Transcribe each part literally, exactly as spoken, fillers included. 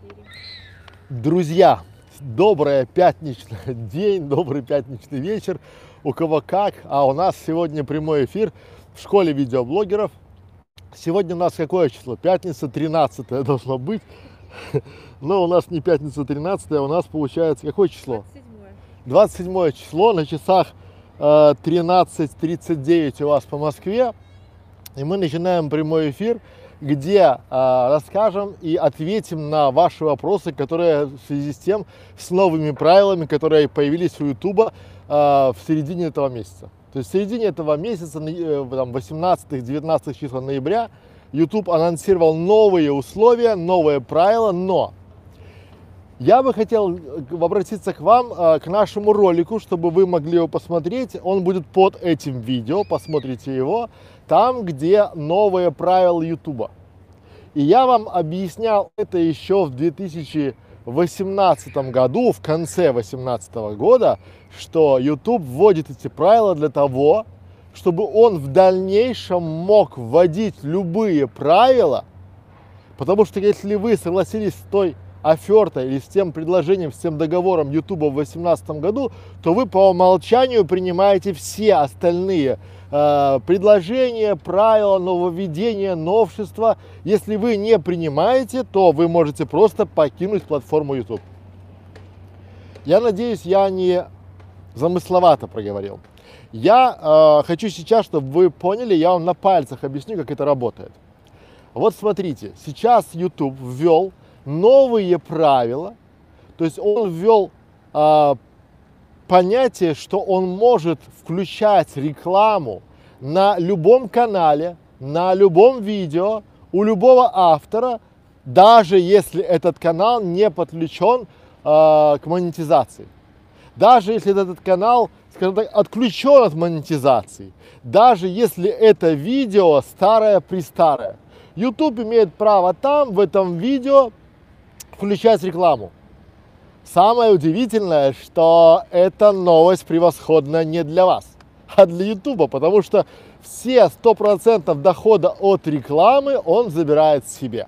Друзья, добрый пятничный день, добрый пятничный вечер, у кого как, а у нас сегодня прямой эфир в школе видеоблогеров. Сегодня у нас какое число? Пятница тринадцатое должно быть, но у нас не пятница тринадцатое, у нас получается какое число? двадцать седьмое. двадцать седьмое число, на часах э, тринадцать тридцать девять у вас по Москве, и мы начинаем прямой эфир, где э, расскажем и ответим на ваши вопросы, которые в связи с тем, с новыми правилами, которые появились у Ютуба э, в середине этого месяца. То есть в середине этого месяца, э, восемнадцатого-девятнадцатого числа ноября, YouTube анонсировал новые условия, новые правила, но я бы хотел обратиться к вам, э, к нашему ролику, чтобы вы могли его посмотреть. Он будет под этим видео, посмотрите его, там, где новые правила YouTube. И я вам объяснял это еще в две тысячи восемнадцатом году, в конце две тысячи восемнадцатого года, что YouTube вводит эти правила для того, чтобы он в дальнейшем мог вводить любые правила, потому что если вы согласились с той офертой или с тем предложением, с тем договором YouTube в две тысячи восемнадцатом году, то вы по умолчанию принимаете все остальные э, предложения, правила, нововведения, новшества. Если вы не принимаете, то вы можете просто покинуть платформу YouTube. Я надеюсь, я не замысловато проговорил. Я э, хочу сейчас, чтобы вы поняли, я вам на пальцах объясню, как это работает. Вот смотрите, сейчас YouTube ввел новые правила, то есть он ввел э, понятие, что он может включать рекламу на любом канале, на любом видео, у любого автора, даже если этот канал не подключен э, к монетизации. Даже если этот канал, скажем так, отключен от монетизации, даже если это видео старое-престарое, YouTube имеет право там, в этом видео, включать рекламу. Самое удивительное, что эта новость превосходна не для вас, а для YouTube, потому что все сто процентов дохода от рекламы он забирает себе.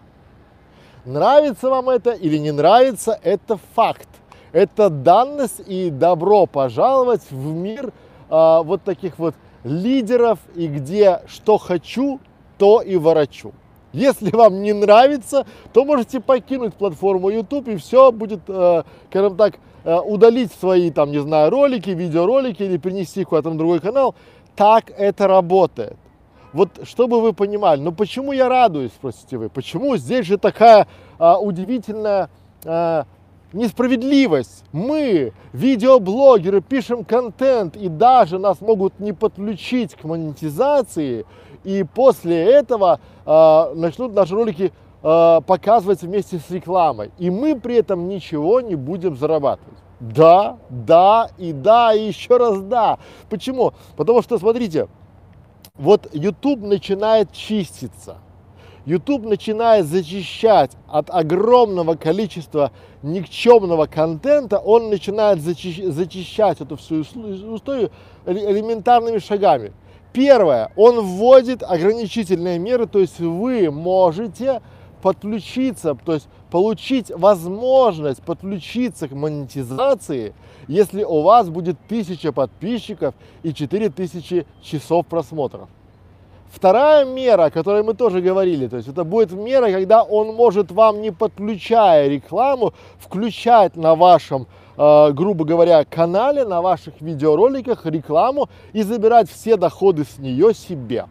Нравится вам это или не нравится, это факт. Это данность, и добро пожаловать в мир э, вот таких вот лидеров, и где что хочу, то и ворочу. Если вам не нравится, то можете покинуть платформу YouTube, и все будет, э, скажем так, э, удалить свои, там, не знаю, ролики, видеоролики или перенести куда-то на другой канал. Так это работает. Вот, чтобы вы понимали, ну почему я радуюсь, спросите вы, почему здесь же такая э, удивительная э, несправедливость. Мы, видеоблогеры, пишем контент, и даже нас могут не подключить к монетизации, и после этого э, начнут наши ролики э, показывать вместе с рекламой. И мы при этом ничего не будем зарабатывать. Да, да и да, и еще раз да. Почему? Потому что, смотрите, вот YouTube начинает чиститься. YouTube начинает зачищать от огромного количества никчемного контента, он начинает зачищ- зачищать эту всю историю элементарными шагами. Первое, он вводит ограничительные меры, то есть вы можете подключиться, то есть получить возможность подключиться к монетизации, если у вас будет тысяча подписчиков и четыре тысячи часов просмотров. Вторая мера, о которой мы тоже говорили, то есть это будет мера, когда он может вам, не подключая рекламу, включать на вашем, э, грубо говоря, канале, на ваших видеороликах рекламу и забирать все доходы с нее себе.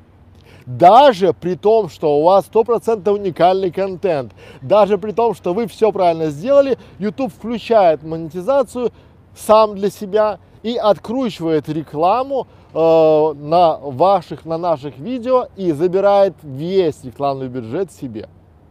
Даже при том, что у вас сто процентов уникальный контент, даже при том, что вы все правильно сделали, YouTube включает монетизацию сам для себя и откручивает рекламу э, на ваших, на наших видео и забирает весь рекламный бюджет себе.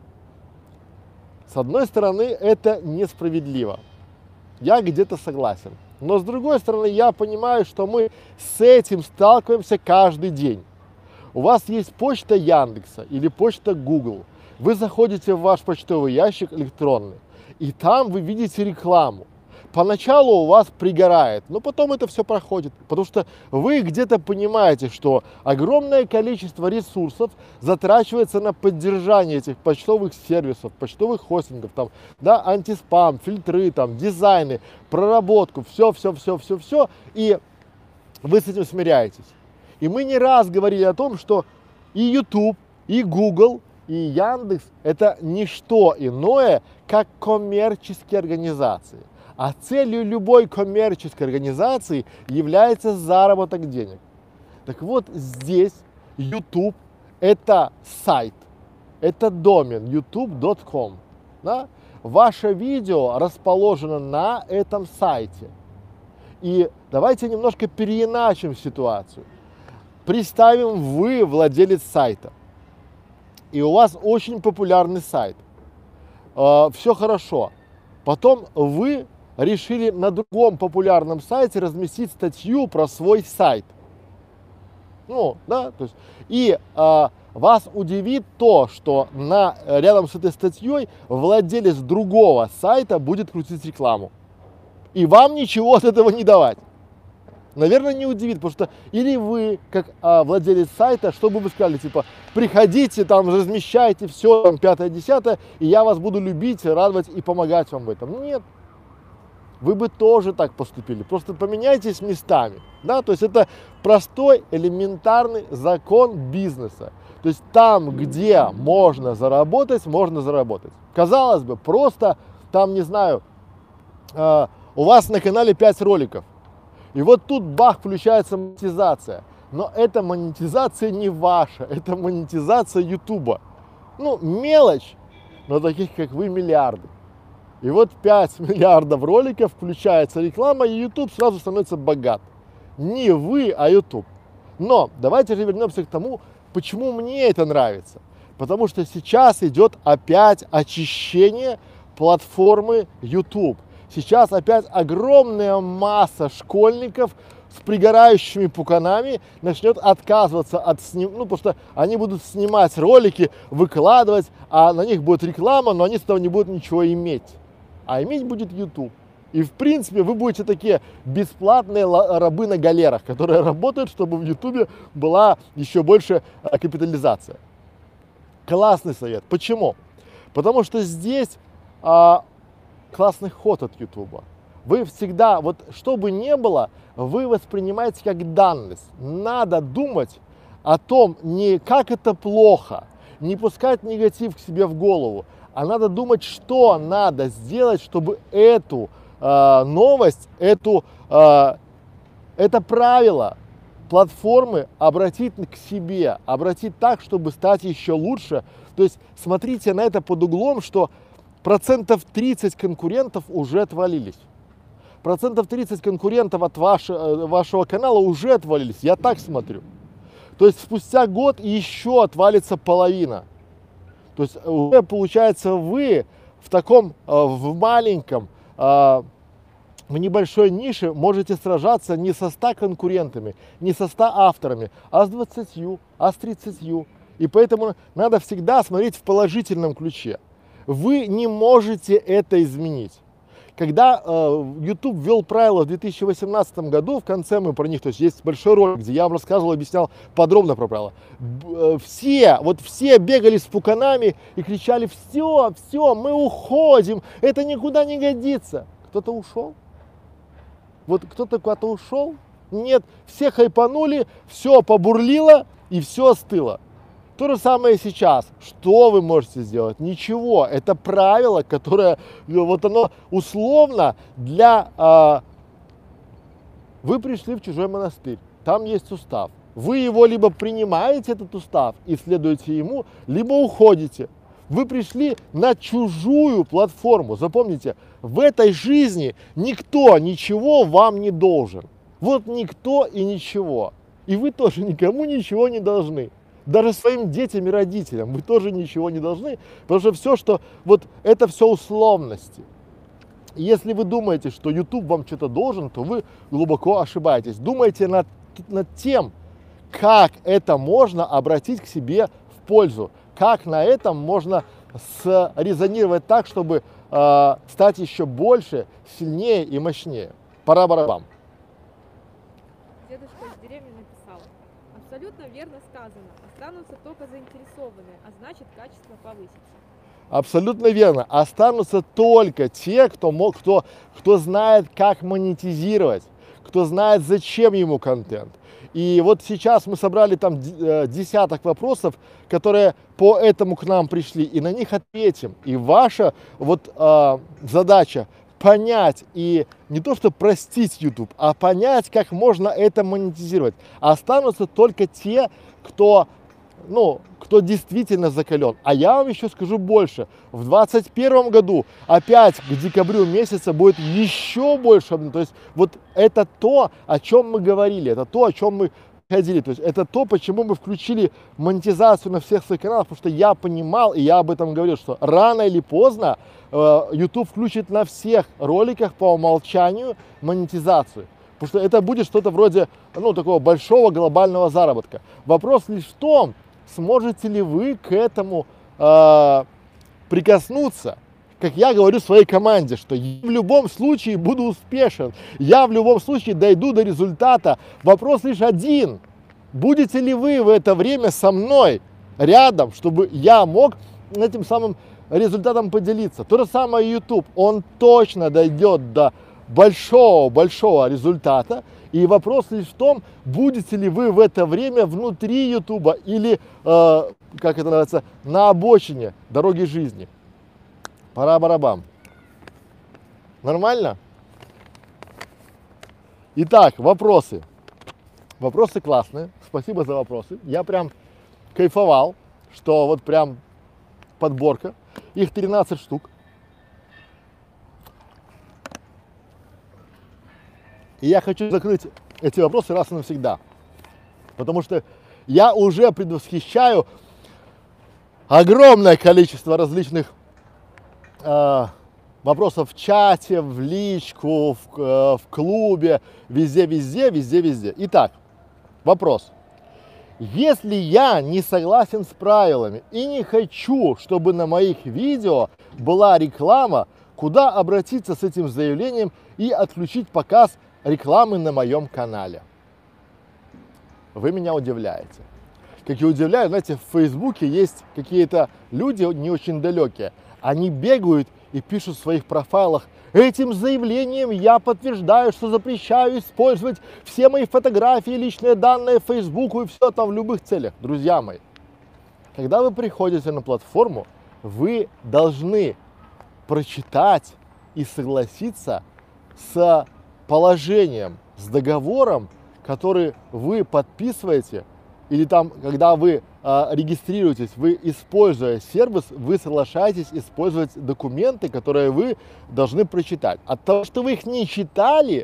С одной стороны, это несправедливо. Я где-то согласен. Но с другой стороны, я понимаю, что мы с этим сталкиваемся каждый день. У вас есть почта Яндекса или почта Google. Вы заходите в ваш почтовый ящик электронный, и там вы видите рекламу. поначалу у вас пригорает, но потом это все проходит, потому что вы где-то понимаете, что огромное количество ресурсов затрачивается на поддержание этих почтовых сервисов, почтовых хостингов, там, да, антиспам, фильтры, там, дизайны, проработку, все, все, все, все, все, и вы с этим смиряетесь. И мы не раз говорили о том, что и YouTube, и Google, и Яндекс – это не что иное, как коммерческие организации. А целью любой коммерческой организации является заработок денег. Так вот, здесь YouTube – это сайт, это домен ютуб точка ком. Да? Ваше видео расположено на этом сайте. И давайте немножко переиначим ситуацию. Представим, вы владелец сайта, и у вас очень популярный сайт. Э, все хорошо. Потом вы решили на другом популярном сайте разместить статью про свой сайт. Ну, да, то есть, и э, вас удивит то, что на, рядом с этой статьей владелец другого сайта будет крутить рекламу. И вам ничего от этого не давать. Наверное, не удивит, потому что или вы, как а, владелец сайта, что бы вы сказали, типа, приходите, там, размещайте все, там, пятое-десятое, и я вас буду любить, радовать и помогать вам в этом. Нет. Вы бы тоже так поступили, просто поменяйтесь местами, да, то есть это простой, элементарный закон бизнеса. То есть там, где можно заработать, можно заработать. Казалось бы, просто там, не знаю, э, у вас на канале пять роликов, и вот тут бах, включается монетизация. Но эта монетизация не ваша, это монетизация Ютуба. Ну, мелочь, но таких, как вы, миллиарды. И вот пять миллиардов роликов, включается реклама, и YouTube сразу становится богат. Не вы, а YouTube. Но давайте же вернемся к тому, почему мне это нравится. Потому что сейчас идет опять очищение платформы YouTube. Сейчас опять огромная масса школьников с пригорающими пуканами начнет отказываться от сним... ну, потому что они будут снимать ролики, выкладывать, а на них будет реклама, но они с этого не будут ничего иметь. А иметь будет YouTube. И, в принципе, вы будете такие бесплатные рабы на галерах, которые работают, чтобы в YouTube была еще больше капитализация. Классный совет. Почему? Потому что здесь а, классный ход от YouTube. Вы всегда, вот что бы ни было, вы воспринимаете как данность. Надо думать о том, не как это плохо, не пускать негатив к себе в голову, а надо думать, что надо сделать, чтобы эту э, новость, эту, э, это правило платформы обратить к себе, обратить так, чтобы стать еще лучше. То есть смотрите на это под углом, что процентов тридцать конкурентов уже отвалились. Процентов тридцать конкурентов от ваше, вашего канала уже отвалились, я так смотрю. То есть спустя год еще отвалится половина. То есть уже получается вы в таком, в маленьком, в небольшой нише можете сражаться не со ста конкурентами, не со ста авторами, а с двадцатью, а с тридцатью. И поэтому надо всегда смотреть в положительном ключе. Вы не можете это изменить. Когда э, YouTube ввел правила в две тысячи восемнадцатом году, в конце мы про них, то есть есть большой ролик, где я вам рассказывал, объяснял подробно про правила. Б, э, все, вот все бегали с пуканами и кричали: все, все, мы уходим, это никуда не годится. Кто-то ушел? Вот кто-то куда-то ушел? Нет, все хайпанули, все побурлило и все остыло. То же самое сейчас. Что вы можете сделать? Ничего. Это правило, которое, вот оно условно для... Э, вы пришли в чужой монастырь, там есть устав. Вы его либо принимаете, этот устав, и следуете ему, либо уходите. Вы пришли на чужую платформу. Запомните, в этой жизни никто ничего вам не должен. Вот никто и ничего. И вы тоже никому ничего не должны. Даже своим детям и родителям вы тоже ничего не должны, потому что все, что вот это все условности. И если вы думаете, что YouTube вам что-то должен, то вы глубоко ошибаетесь. Думайте над, над тем, как это можно обратить к себе в пользу, как на этом можно срезонировать так, чтобы э, стать еще больше, сильнее и мощнее. Пора барабам. Дедушка из деревни написал: абсолютно верно сказано, останутся только заинтересованные, а значит качество повысится. Абсолютно верно. Останутся только те, кто, мог, кто, кто знает, как монетизировать, кто знает, зачем ему контент. И вот сейчас мы собрали там десяток вопросов, которые по этому к нам пришли, и на них ответим. И ваша вот э, задача понять и не то что простить YouTube, а понять, как можно это монетизировать. Останутся только те, кто, ну, кто действительно закален. А я вам еще скажу больше. В двадцать первом году опять к декабрю месяца будет еще больше. То есть вот это то, о чем мы говорили, это то, о чем мы ходили. То есть это то, почему мы включили монетизацию на всех своих каналах, потому что я понимал, и я об этом говорил, что рано или поздно э, YouTube включит на всех роликах по умолчанию монетизацию. Потому что это будет что-то вроде, ну, такого большого глобального заработка. Вопрос лишь в том, сможете ли вы к этому э, прикоснуться. Как я говорю своей команде, что я в любом случае буду успешен, я в любом случае дойду до результата. Вопрос лишь один: будете ли вы в это время со мной рядом, чтобы я мог этим самым результатом поделиться. То же самое YouTube, он точно дойдет до большого-большого результата. И вопрос лишь в том, будете ли вы в это время внутри Ютуба или, э, как это называется, на обочине дороги жизни. Пора барабам. Нормально? Итак, вопросы. Вопросы классные. Спасибо за вопросы. Я прям кайфовал, что вот прям подборка. Их тринадцать штук. И я хочу закрыть эти вопросы раз и навсегда. Потому что я уже предвосхищаю огромное количество различных э, вопросов в чате, в личку, в, э, в клубе, везде, везде, везде, везде. Итак, вопрос. Если я не согласен с правилами и не хочу, чтобы на моих видео была реклама, куда обратиться с этим заявлением и отключить показ рекламы на моем канале? Вы меня удивляете. Как и удивляю, знаете, в Фейсбуке есть какие-то люди не очень далекие. Они бегают и пишут в своих профайлах: этим заявлением я подтверждаю, что запрещаю использовать все мои фотографии, личные данные Фейсбуку и все там в любых целях. Друзья мои, когда вы приходите на платформу, вы должны прочитать и согласиться с положением, с договором, который вы подписываете, или там, когда вы э, регистрируетесь, вы, используя сервис, вы соглашаетесь использовать документы, которые вы должны прочитать. От того, что вы их не читали,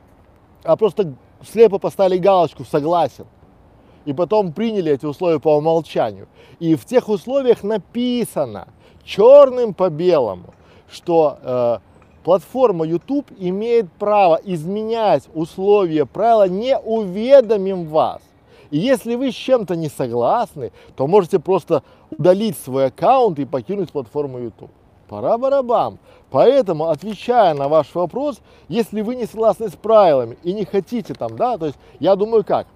а просто слепо поставили галочку «согласен», и потом приняли эти условия по умолчанию, и в тех условиях написано черным по белому, что э, платформа YouTube имеет право изменять условия правила, не уведомив вас. И если вы с чем-то не согласны, то можете просто удалить свой аккаунт и покинуть платформу YouTube. Пора барабам. Поэтому, отвечая на ваш вопрос, если вы не согласны с правилами и не хотите там, да, то есть я думаю как,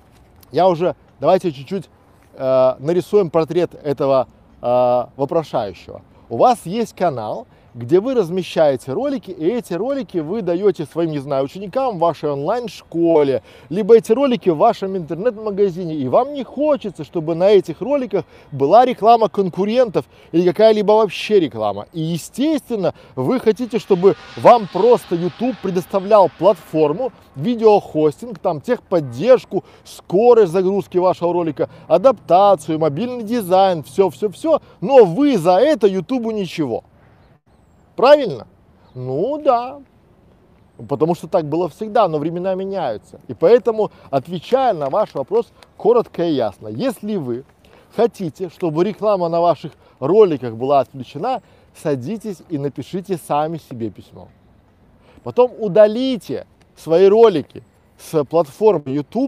я уже, давайте чуть-чуть э, нарисуем портрет этого э, вопрошающего. У вас есть канал, где вы размещаете ролики, и эти ролики вы даете своим, не знаю, ученикам в вашей онлайн-школе, либо эти ролики в вашем интернет-магазине, и вам не хочется, чтобы на этих роликах была реклама конкурентов или какая-либо вообще реклама. И, естественно, вы хотите, чтобы вам просто YouTube предоставлял платформу, видеохостинг, там, техподдержку, скорость загрузки вашего ролика, адаптацию, мобильный дизайн, все-все-все, но вы за это YouTube ничего. Правильно? Ну да, потому что так было всегда, но времена меняются. И поэтому, отвечая на ваш вопрос коротко и ясно, если вы хотите, чтобы реклама на ваших роликах была отключена, садитесь и напишите сами себе письмо. Потом удалите свои ролики с платформы YouTube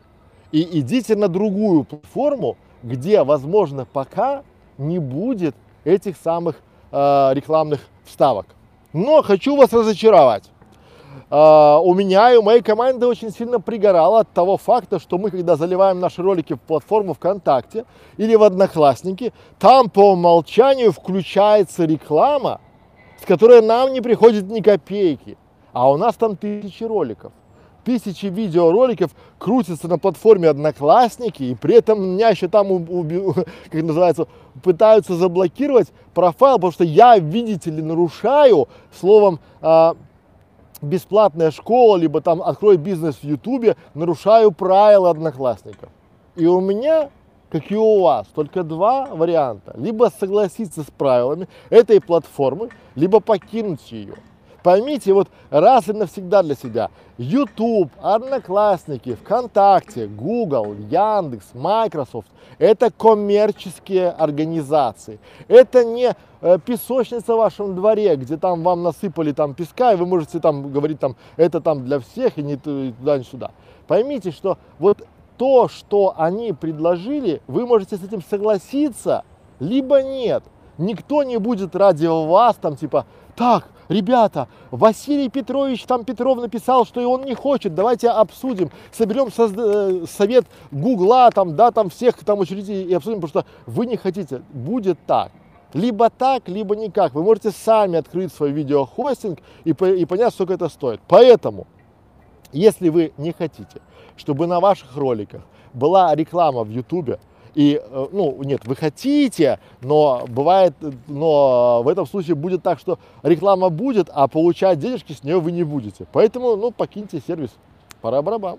и идите на другую платформу, где, возможно, пока не будет этих самых э, рекламных вставок. Но хочу вас разочаровать. Uh, у меня и у моей команды очень сильно пригорало от того факта, что мы, когда заливаем наши ролики в платформу ВКонтакте или в Одноклассники, там по умолчанию включается реклама, с которой нам не приходит ни копейки. А у нас там тысячи роликов. Тысячи видеороликов крутятся на платформе Одноклассники, и при этом меня еще там, уби- как называется, пытаются заблокировать профайл, потому что я, видите ли, нарушаю, словом, uh, бесплатная школа, либо там открой бизнес в Ютубе, нарушаю правила Одноклассников. И у меня, как и у вас, только два варианта. Либо согласиться с правилами этой платформы, либо покинуть ее. Поймите вот раз и навсегда для себя. YouTube, Одноклассники, ВКонтакте, Google, Яндекс, Microsoft – это коммерческие организации. Это не э, песочница в вашем дворе, где там вам насыпали там песка, и вы можете там говорить, там, это там для всех, и не туда, ни сюда. Поймите, что вот то, что они предложили, вы можете с этим согласиться, либо нет. Никто не будет ради вас там типа, так, ребята, Василий Петрович там Петров написал, что и он не хочет, давайте обсудим, соберем созда- совет Гугла, там, да, там всех там учредителей и обсудим, потому что вы не хотите. Будет так. Либо так, либо никак. Вы можете сами открыть свой видеохостинг и, по- и понять, сколько это стоит. Поэтому, если вы не хотите, чтобы на ваших роликах была реклама в Ютубе, и, ну, нет, вы хотите, но бывает, но в этом случае будет так, что реклама будет, а получать денежки с нее вы не будете. Поэтому, ну, покиньте сервис. Пора барабан.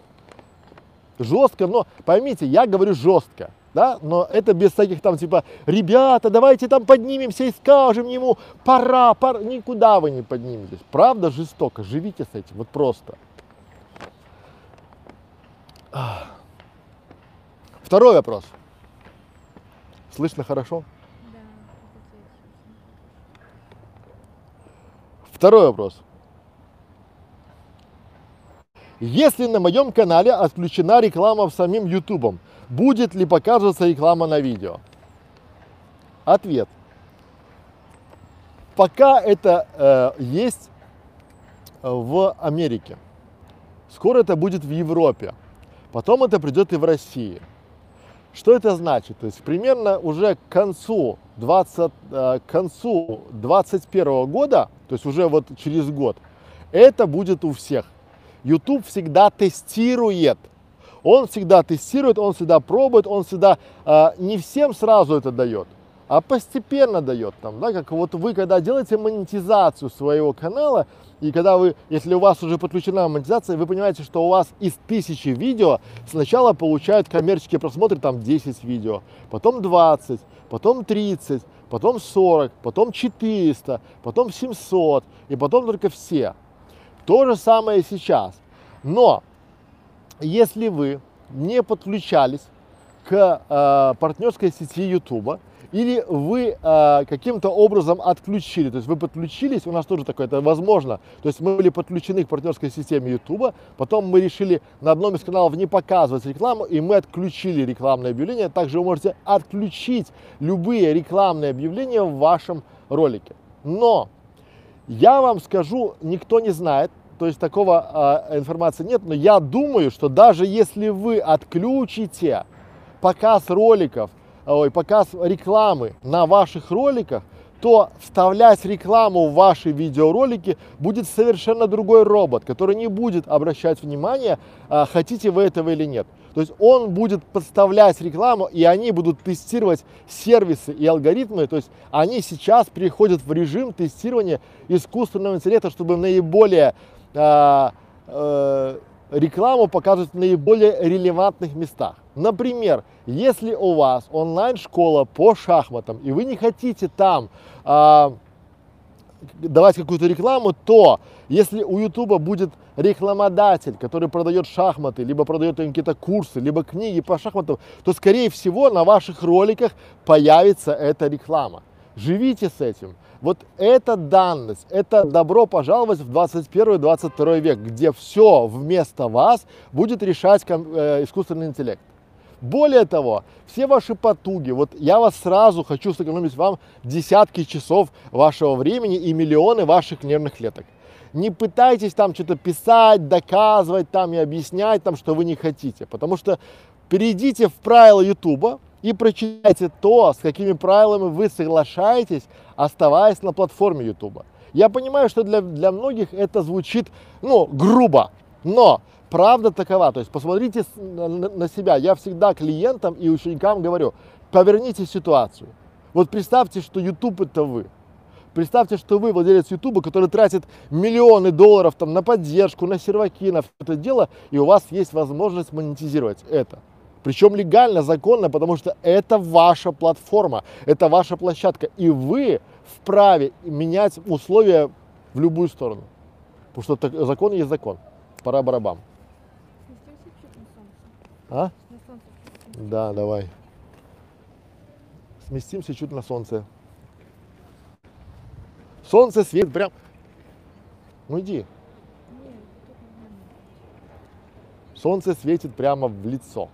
Жестко, но поймите, я говорю жестко, да, но это без всяких там типа, ребята, давайте там поднимемся и скажем ему, пора, пора. Никуда вы не подниметесь. Правда жестоко, живите с этим, вот просто. Второй вопрос. Слышно хорошо? Да. Второй вопрос. Если на моем канале отключена реклама в самим Ютубом, будет ли показываться реклама на видео? Ответ. Пока это э, есть в Америке. Скоро это будет в Европе. Потом это придет и в России. Что это значит? То есть примерно уже к концу, двадцать, э, к концу двадцать первого года, то есть уже вот через год, это будет у всех. YouTube всегда тестирует. Он всегда тестирует, он всегда пробует, он всегда э, не всем сразу это дает, а постепенно дает. Там, да, как вот вы, когда делаете монетизацию своего канала, и когда вы, если у вас уже подключена монетизация, вы понимаете, что у вас из тысячи видео сначала получают коммерческие просмотры там десять видео, потом двадцать, потом тридцать, потом сорок, потом четыреста, потом семьсот, и потом только все. То же самое сейчас. Но если вы не подключались к э, партнерской сети YouTube, или вы э, каким-то образом отключили, то есть вы подключились, у нас тоже такое, это возможно, то есть мы были подключены к партнерской системе YouTube, потом мы решили на одном из каналов не показывать рекламу, и мы отключили рекламное объявление. Также вы можете отключить любые рекламные объявления в вашем ролике. Но я вам скажу, никто не знает, то есть такого э, информации нет, но я думаю, что даже если вы отключите показ роликов, ой, показ рекламы на ваших роликах, то вставлять рекламу в ваши видеоролики будет совершенно другой робот, который не будет обращать внимание, э, хотите вы этого или нет. То есть он будет подставлять рекламу, и они будут тестировать сервисы и алгоритмы. То есть они сейчас переходят в режим тестирования искусственного интеллекта, чтобы наиболее э, э, рекламу показывать в наиболее релевантных местах. Например, если у вас онлайн-школа по шахматам, и вы не хотите там э, давать какую-то рекламу, то если у Ютуба будет рекламодатель, который продает шахматы, либо продает какие-то курсы, либо книги по шахматам, то, скорее всего, на ваших роликах появится эта реклама. Живите с этим. Вот это данность, это добро пожаловать в двадцать первый — двадцать второй век, где все вместо вас будет решать э, искусственный интеллект. Более того, все ваши потуги, вот я вас сразу хочу сэкономить вам десятки часов вашего времени и миллионы ваших нервных клеток. Не пытайтесь там что-то писать, доказывать там и объяснять там, что вы не хотите, потому что перейдите в правила Ютуба и прочитайте то, с какими правилами вы соглашаетесь, оставаясь на платформе Ютуба. Я понимаю, что для, для многих это звучит, ну, грубо, но правда такова. То есть посмотрите на, на себя. Я всегда клиентам и ученикам говорю, поверните ситуацию. Вот представьте, что YouTube это вы. Представьте, что вы владелец Ютуба, который тратит миллионы долларов там, на поддержку, на серваки, на все это дело, и у вас есть возможность монетизировать это. Причем легально, законно, потому что это ваша платформа, это ваша площадка, и вы вправе менять условия в любую сторону. Потому что так, закон есть закон. Пора барабам. А? Да, давай. Сместимся чуть на солнце. Солнце светит прям. Ну иди. Солнце светит прямо в лицо.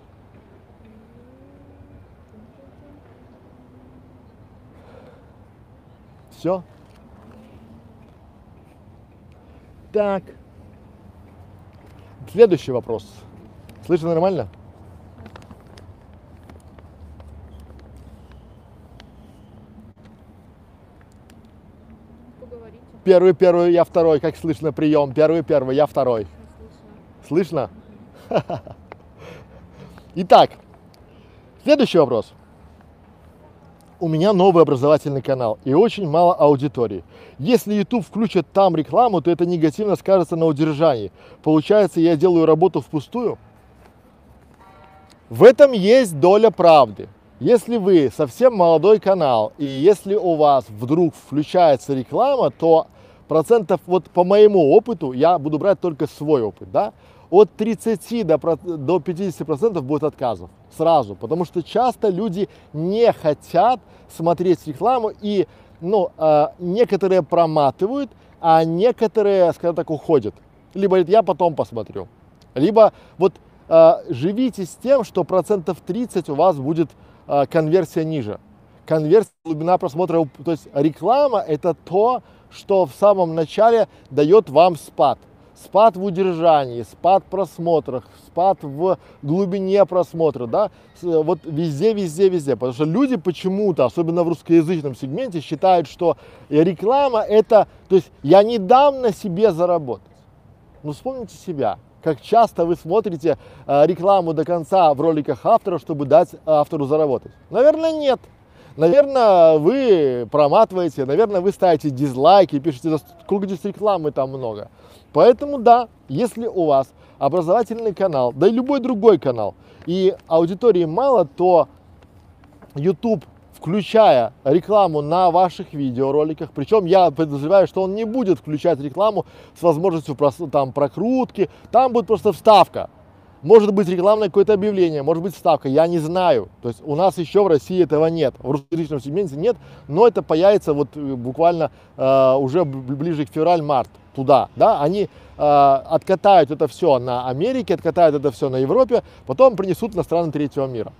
Все. Так. Следующий вопрос. Слышно нормально? Поговорите. Первый, первый, я второй. Как слышно прием? Первый, первый, я второй. Слышно? Итак, следующий вопрос. У меня новый образовательный канал и очень мало аудитории. Если YouTube включит там рекламу, то это негативно скажется на удержании. Получается, я делаю работу впустую? В этом есть доля правды. Если вы совсем молодой канал, и если у вас вдруг включается реклама, то процентов, вот по моему опыту, я буду брать только свой опыт, да, от тридцати до пятидесяти процентов будет отказов сразу, потому что часто люди не хотят смотреть рекламу, и ну, э, некоторые проматывают, а некоторые, скажем так, уходят. Либо говорят, я потом посмотрю, либо вот э, живите с тем, что процентов тридцать у вас будет э, конверсия ниже. Конверсия, глубина просмотра, то есть реклама это то, что в самом начале дает вам спад. Спад в удержании, спад в просмотрах, спад в глубине просмотра, да, вот везде, везде, везде, потому что люди почему-то, особенно в русскоязычном сегменте, считают, что реклама это, то есть я не дам на себе заработать. Ну вспомните себя, как часто вы смотрите э, рекламу до конца в роликах автора, чтобы дать автору заработать. Наверное, нет. Наверное, вы проматываете, наверное, вы ставите дизлайки, пишете, сколько здесь рекламы там много. Поэтому да, если у вас образовательный канал, да и любой другой канал, и аудитории мало, то YouTube, включая рекламу на ваших видеороликах, причем я подозреваю, что он не будет включать рекламу с возможностью там прокрутки, там будет просто вставка. Может быть рекламное какое-то объявление, может быть вставка, я не знаю. То есть у нас еще в России этого нет, в русскоязычном сегменте нет, но это появится вот буквально э, уже ближе к февраль-март, туда, да, они э, откатают это все на Америке, откатают это все на Европе, потом принесут на страны третьего мира.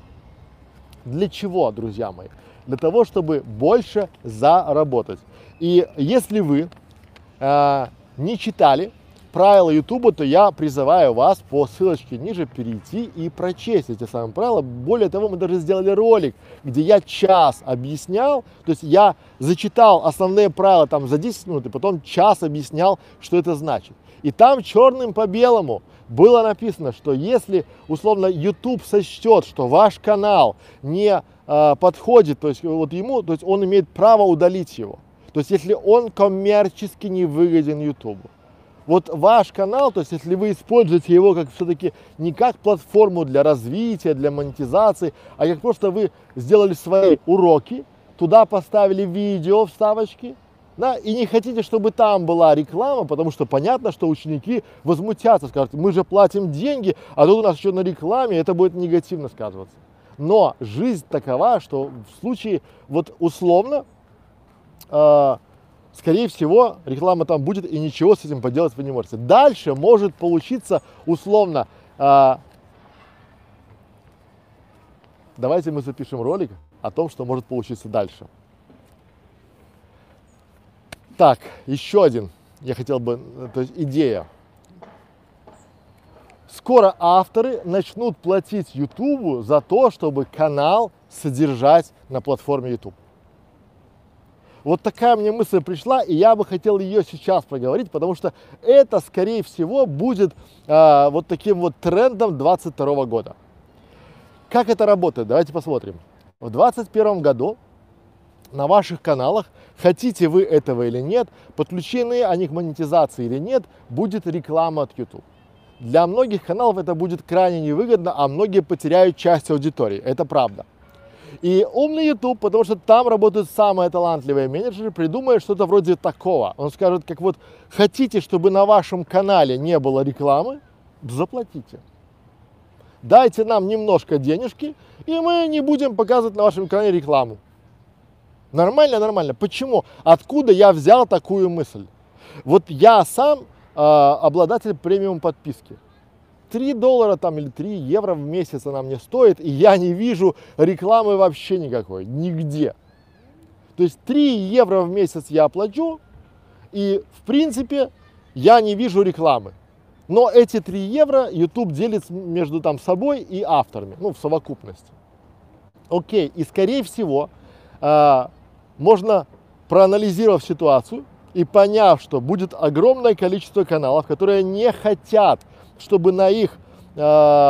Для чего, друзья мои? Для того, чтобы больше заработать. И если вы э, не читали правила YouTube, то я призываю вас по ссылочке ниже перейти и прочесть эти самые правила. Более того, мы даже сделали ролик, где я час объяснял, то есть я зачитал основные правила там за десять минут, и потом час объяснял, что это значит. И там черным по белому было написано, что если условно YouTube сочтет, что ваш канал не э, подходит, то есть вот ему, то есть он имеет право удалить его. То есть если он коммерчески не выгоден YouTube. Вот ваш канал, то есть если вы используете его как все-таки не как платформу для развития, для монетизации, а как просто вы сделали свои уроки, туда поставили видео, вставочки, да, и не хотите, чтобы там была реклама, потому что понятно, что ученики возмутятся, скажут, мы же платим деньги, а тут у нас еще на рекламе, это будет негативно сказываться. Но жизнь такова, что в случае, вот условно, э, скорее всего, реклама там будет, и ничего с этим поделать вы не можете. Дальше может получиться условно, э, давайте мы запишем ролик о том, что может получиться дальше. Так, еще один, я хотел бы, то есть идея. Скоро авторы начнут платить YouTube за то, чтобы канал содержать на платформе YouTube. Вот такая мне мысль пришла, и я бы хотел ее сейчас проговорить, потому что это, скорее всего, будет э, вот таким вот трендом двадцать второго года. Как это работает? Давайте посмотрим. В двадцать первом году на ваших каналах, хотите вы этого или нет, подключены они к монетизации или нет, будет реклама от YouTube. Для многих каналов это будет крайне невыгодно, а многие потеряют часть аудитории. Это правда. И умный YouTube, потому что там работают самые талантливые менеджеры, придумает что-то вроде такого. Он скажет, как вот, хотите, чтобы на вашем канале не было рекламы, заплатите. Дайте нам немножко денежки, и мы не будем показывать на вашем канале рекламу. Нормально, нормально. Почему? Откуда я взял такую мысль? Вот я сам э, обладатель премиум подписки. три доллара там или три евро в месяц она мне стоит, и я не вижу рекламы вообще никакой, нигде. То есть три евро в месяц я оплачу, и в принципе я не вижу рекламы. Но эти три евро YouTube делит между там собой и авторами, ну в совокупности. Окей, и скорее всего э, можно, проанализировав ситуацию и поняв, что будет огромное количество каналов, которые не хотят, чтобы на их э,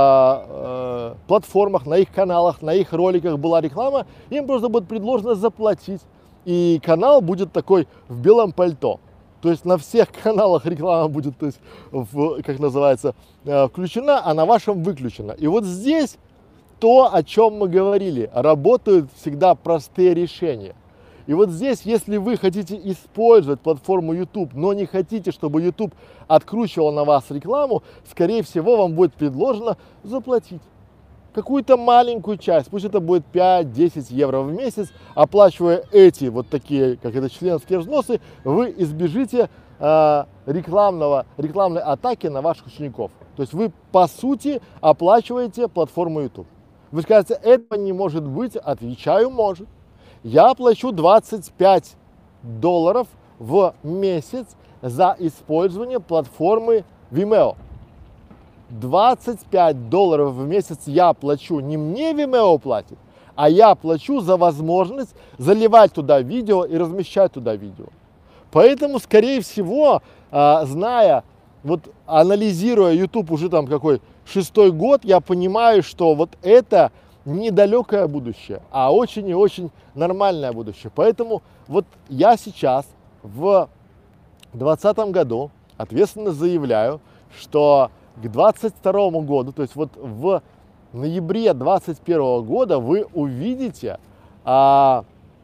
э, платформах, на их каналах, на их роликах была реклама, им просто будет предложено заплатить, и канал будет такой в белом пальто. То есть на всех каналах реклама будет, то есть, в, как называется, э, включена, а на вашем выключена. И вот здесь то, о чем мы говорили, работают всегда простые решения. И вот здесь, если вы хотите использовать платформу YouTube, но не хотите, чтобы YouTube откручивал на вас рекламу, скорее всего, вам будет предложено заплатить какую-то маленькую часть, пусть это будет пять-десять евро в месяц, оплачивая эти вот такие, как это, членские взносы, вы избежите э, рекламного, рекламной атаки на ваших учеников. То есть вы, по сути, оплачиваете платформу YouTube. Вы скажете, этого не может быть, отвечаю, может. Я плачу двадцать пять долларов в месяц за использование платформы Vimeo. двадцать пять долларов в месяц я плачу, не мне Vimeo платит, а я плачу за возможность заливать туда видео и размещать туда видео. Поэтому, скорее всего, зная, вот анализируя YouTube уже там какой шестой год, я понимаю, что вот это недалекое будущее, а очень и очень нормальное будущее. Поэтому вот я сейчас в двадцатом году ответственно заявляю, что к двадцать второму году, то есть вот в ноябре двадцать первого года вы увидите а,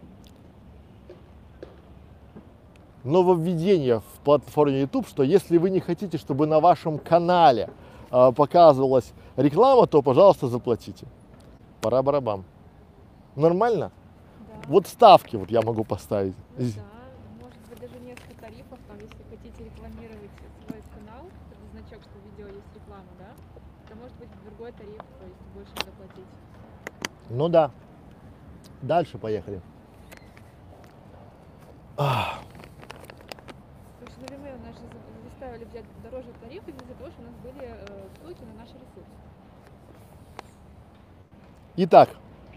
нововведение в платформе YouTube, что если вы не хотите, чтобы на вашем канале а, показывалась реклама, то, пожалуйста, заплатите. Пара-барабам. Нормально? Да. Вот ставки вот я могу поставить. Ну, да, может быть даже несколько тарифов, там, если хотите рекламировать свой канал, это значок, что в видео есть реклама, да, то может быть другой тариф, то есть больше заплатить. Ну да. Дальше поехали. Ах. Потому что на Vimeo нас же заставили взять дороже тариф из-за того, что у нас были э, ссылки на наши ресурсы. Итак,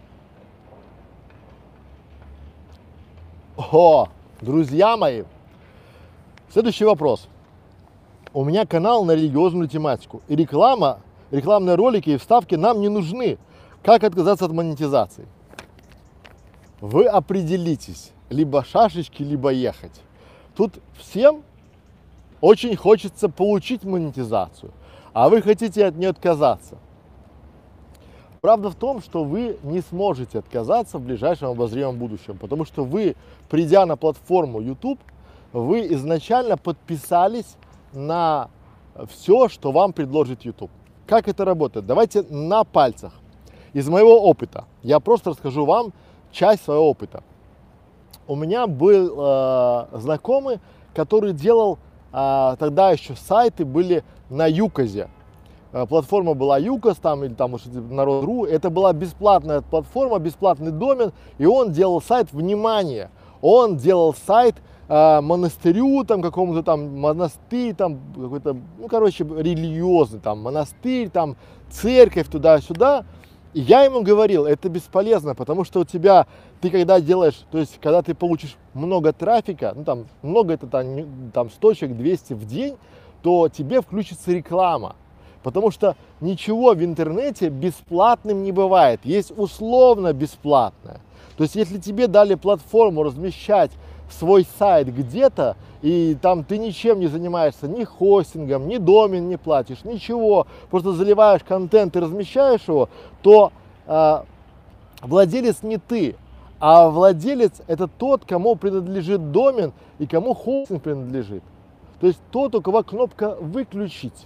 о, друзья мои, следующий вопрос. У меня канал на религиозную тематику, и реклама, рекламные ролики и вставки нам не нужны. Как отказаться от монетизации? Вы определитесь, либо шашечки, либо ехать. Тут всем очень хочется получить монетизацию, а вы хотите от нее отказаться. Правда в том, что вы не сможете отказаться в ближайшем обозримом будущем, потому что вы, придя на платформу YouTube, вы изначально подписались на все, что вам предложит YouTube. Как это работает? Давайте на пальцах. Из моего опыта. Я просто расскажу вам часть своего опыта. У меня был э, знакомый, который делал, э, тогда еще сайты были на Юказе. э, платформа была Юкос, там, или там, может, Народ.ру, это была бесплатная платформа, бесплатный домен, и он делал сайт, внимание, он делал сайт э, монастырю, там, какому-то там монастырь, там, какой-то, ну, короче, религиозный, там, монастырь, там, церковь, туда-сюда. И я ему говорил, это бесполезно, потому что у тебя, ты когда делаешь, то есть, когда ты получишь много трафика, ну, там, много, это там, там сто человек, двести в день, то тебе включится реклама. Потому что ничего в интернете бесплатным не бывает, есть условно бесплатное. То есть, если тебе дали платформу размещать свой сайт где-то, и там ты ничем не занимаешься, ни хостингом, ни домен не платишь, ничего, просто заливаешь контент и размещаешь его, то э, владелец не ты, а владелец это тот, кому принадлежит домен и кому хостинг принадлежит. То есть тот, у кого кнопка «выключить».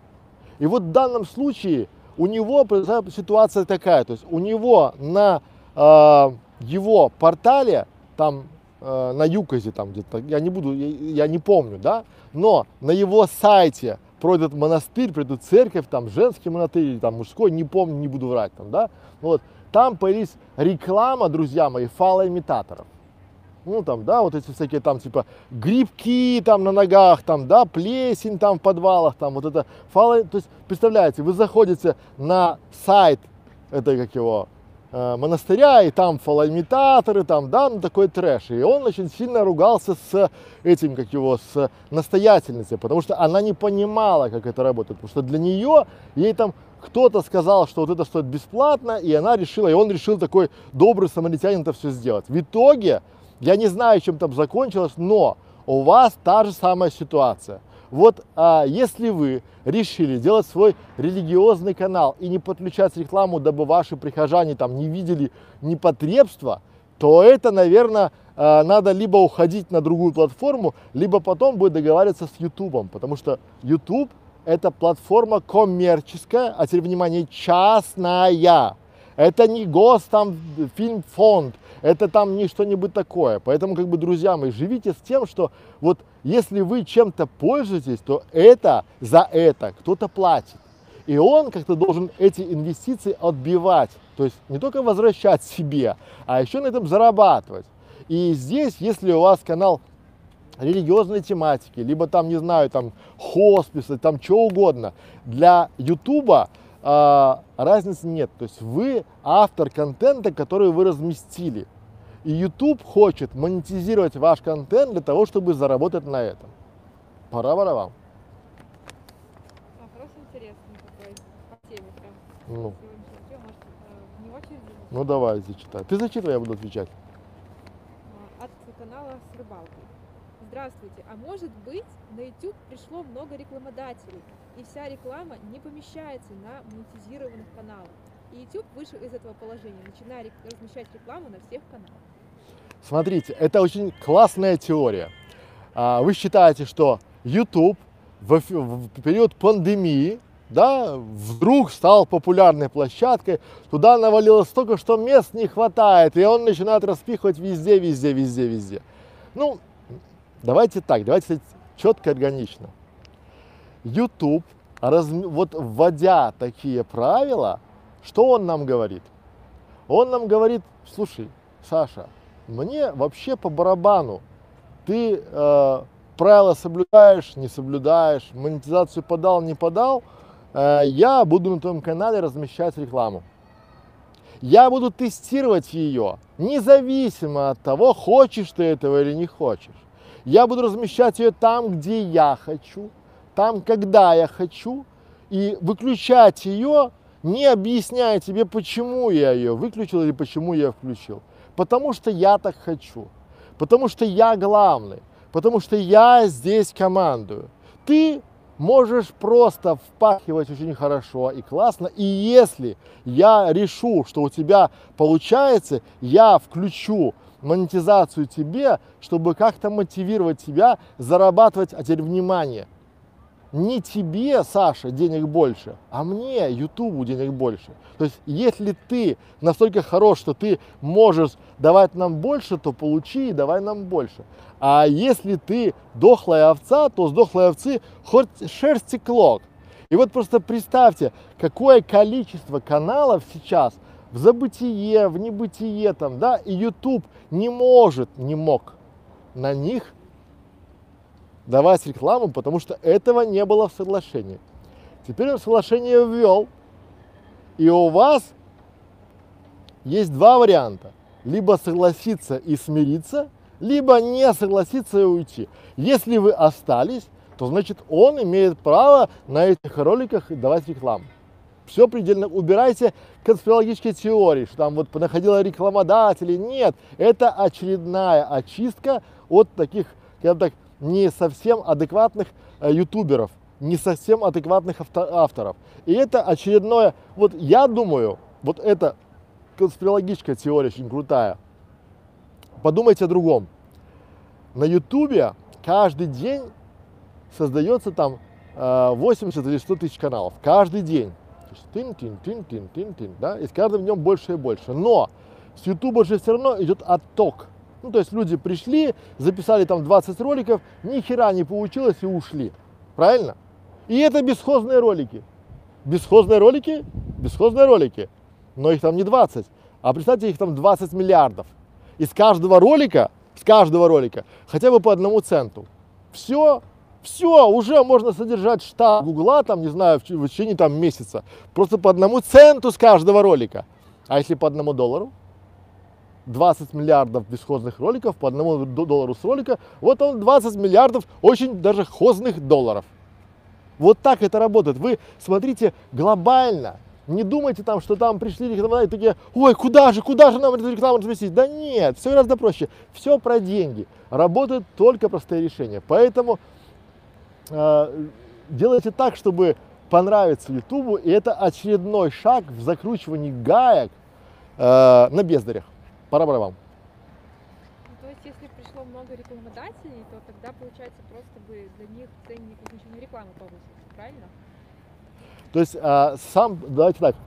И вот в данном случае у него произошла ситуация такая, то есть у него на э, его портале, там э, на Юкосе, там где-то, я не буду, я, я не помню, да, но на его сайте пройдет монастырь, пройдет церковь, там женский монастырь, или там мужской, не помню, не буду врать, там, да, вот, там появилась реклама, друзья мои, фалоимитаторов. Ну, там, да, вот эти всякие там, типа, грибки там на ногах, там, да, плесень там в подвалах, там, вот это фало, то есть, представляете, вы заходите на сайт, это как его, э, монастыря, и там фалоимитаторы, там, да, ну, такой трэш, и он очень сильно ругался с этим, как его, с настоятельницей, потому что она не понимала, как это работает, потому что для нее, ей там кто-то сказал, что вот это стоит бесплатно, и она решила, и он решил такой добрый самаритянин это все сделать. В итоге, я не знаю, чем там закончилось, но у вас та же самая ситуация. Вот а, если вы решили делать свой религиозный канал и не подключать рекламу, дабы ваши прихожане там не видели непотребства, то это, наверное, а, надо либо уходить на другую платформу, либо потом будет договариваться с Ютубом, потому что YouTube это платформа коммерческая, а теперь, внимание, частная. Это не гос, там, фильмфонд, это там не что-нибудь такое. Поэтому, как бы, друзья мои, живите с тем, что вот если вы чем-то пользуетесь, то это за это кто-то платит. И он как-то должен эти инвестиции отбивать. То есть не только возвращать себе, а еще на этом зарабатывать. И здесь, если у вас канал религиозной тематики, либо там, не знаю, там хосписы, там что угодно, для Ютуба а, разницы нет. То есть вы автор контента, который вы разместили. И YouTube хочет монетизировать ваш контент для того, чтобы заработать на этом. Пора, пора вам. Вопрос интересный такой, по теме прям. Ну, Если вы начнете, может, э, не очередь зачитать? ну давай, зачитай. Ты зачитывай, я буду отвечать. А, От канала с рыбалкой. Здравствуйте, а может быть на YouTube пришло много рекламодателей, и вся реклама не помещается на монетизированных каналах. И YouTube вышел из этого положения, начиная рек- размещать рекламу на всех каналах. Смотрите, это очень классная теория. А, Вы считаете, что YouTube в, эф- в период пандемии, да, вдруг стал популярной площадкой, туда навалилось столько, что мест не хватает, и он начинает распихивать везде, везде, везде, везде. Ну, давайте так, давайте четко, органично. YouTube, раз, вот вводя такие правила, что он нам говорит? Он нам говорит, слушай, Саша, мне вообще по барабану, ты э, правила соблюдаешь, не соблюдаешь, монетизацию подал, не подал, э, я буду на твоем канале размещать рекламу. Я буду тестировать ее, независимо от того, хочешь ты этого или не хочешь. Я буду размещать ее там, где я хочу, там, когда я хочу, и выключать ее, не объясняя тебе, почему я ее выключил или почему я включил. Потому что я так хочу, потому что я главный, потому что я здесь командую. Ты можешь просто впахивать очень хорошо и классно, и если я решу, что у тебя получается, я включу монетизацию тебе, чтобы как-то мотивировать тебя зарабатывать, а теперь внимание, не тебе, Саша, денег больше, а мне, Ютубу, денег больше. То есть, если ты настолько хорош, что ты можешь давать нам больше, то получи и давай нам больше. А если ты дохлая овца, то с дохлой овцы хоть шерсти клок. И вот просто представьте, какое количество каналов сейчас в забытие, в небытие там, да, и YouTube не может, не мог на них давать рекламу, потому что этого не было в соглашении. Теперь он соглашение ввел, и у вас есть два варианта. Либо согласиться и смириться, либо не согласиться и уйти. Если вы остались, то значит он имеет право на этих роликах давать рекламу. Все предельно. Убирайте конспирологические теории, что там вот находила рекламодателей. Нет, это очередная очистка от таких, скажем так, не совсем адекватных э, ютуберов, не совсем адекватных авто, авторов. И это очередное, вот я думаю, вот эта конспирологическая теория очень крутая. Подумайте о другом. На ютубе каждый день создается там э, восемьдесят или сто тысяч каналов. Каждый день. Тын-тын-тын-тын-тын-тын, да? И с каждым днем больше и больше. Но с ютуба же все равно идет отток. Ну, то есть люди пришли, записали там двадцать роликов, ни хера не получилось и ушли. Правильно? И это бесхозные ролики. Бесхозные ролики? Бесхозные ролики. Но их там не двадцать. А представьте, их там двадцать миллиардов. Из каждого ролика, с каждого ролика, хотя бы по одному центу. Все, все, уже можно содержать штат Гугла, там, не знаю, в, в течение там месяца. Просто по одному центу с каждого ролика. А если по одному доллару? двадцать миллиардов бесхозных роликов по одному доллару с ролика, вот он двадцать миллиардов очень даже хозных долларов. Вот так это работает. Вы смотрите глобально. Не думайте там, что там пришли рекламодатели такие, ой, куда же, куда же нам эту рекламу разместить? Да нет, все гораздо проще. Все про деньги. Работают только простые решения. Поэтому э, делайте так, чтобы понравиться Ютубу. И это очередной шаг в закручивании гаек э, на бездарях. Пора-пора вам. Ну, то есть, если пришло много рекламодателей, то тогда, получается, просто бы для них ценник размещенной рекламы повысился, правильно? То есть, а, сам, давайте так,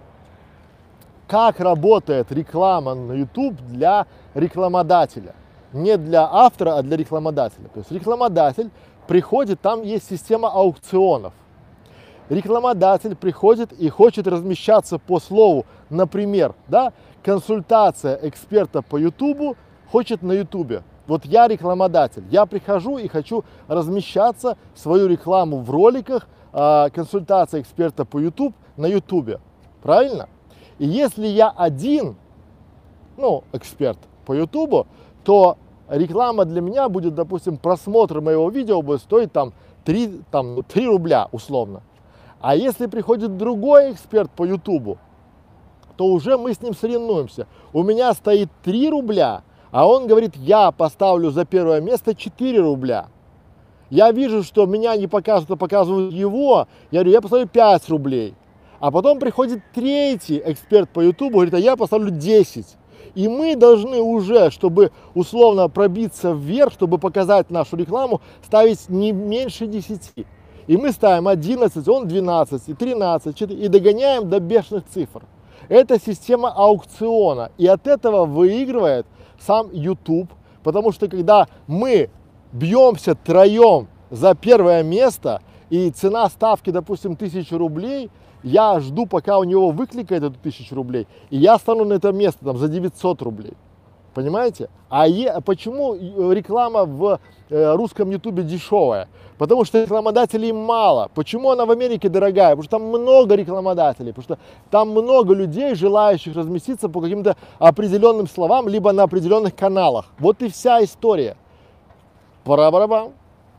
как работает реклама на YouTube для рекламодателя? Не для автора, а для рекламодателя. То есть рекламодатель приходит, там есть система аукционов. Рекламодатель приходит и хочет размещаться по слову, например, да, консультация эксперта по YouTube хочет на YouTube. Вот я рекламодатель, я прихожу и хочу размещаться, свою рекламу в роликах, консультация эксперта по YouTube на YouTube, правильно? И если я один, ну, эксперт по YouTube, то реклама для меня будет, допустим, просмотр моего видео будет стоить там три, там, три рубля условно. А если приходит другой эксперт по YouTube, то уже мы с ним соревнуемся. У меня стоит три рубля, а он говорит, я поставлю за первое место четыре рубля. Я вижу, что меня не показывают, а показывают его. Я говорю, я поставлю пять рублей. А потом приходит третий эксперт по YouTube, говорит, а я поставлю десять. И мы должны уже, чтобы условно пробиться вверх, чтобы показать нашу рекламу, ставить не меньше десяти. И мы ставим одиннадцать, он двенадцать, и тринадцать, и догоняем до бешеных цифр. Это система аукциона. И от этого выигрывает сам YouTube. Потому что когда мы бьемся троем за первое место, и цена ставки, допустим, тысяча рублей, я жду, пока у него выкликает эту тысячу рублей, и я стану на это место там, за девятьсот рублей. Понимаете? А е, почему реклама в э, русском ютубе дешевая? Потому что рекламодателей мало. Почему она в Америке дорогая? Потому что там много рекламодателей, потому что там много людей, желающих разместиться по каким-то определенным словам, либо на определенных каналах. Вот и вся история. Пора-барабам.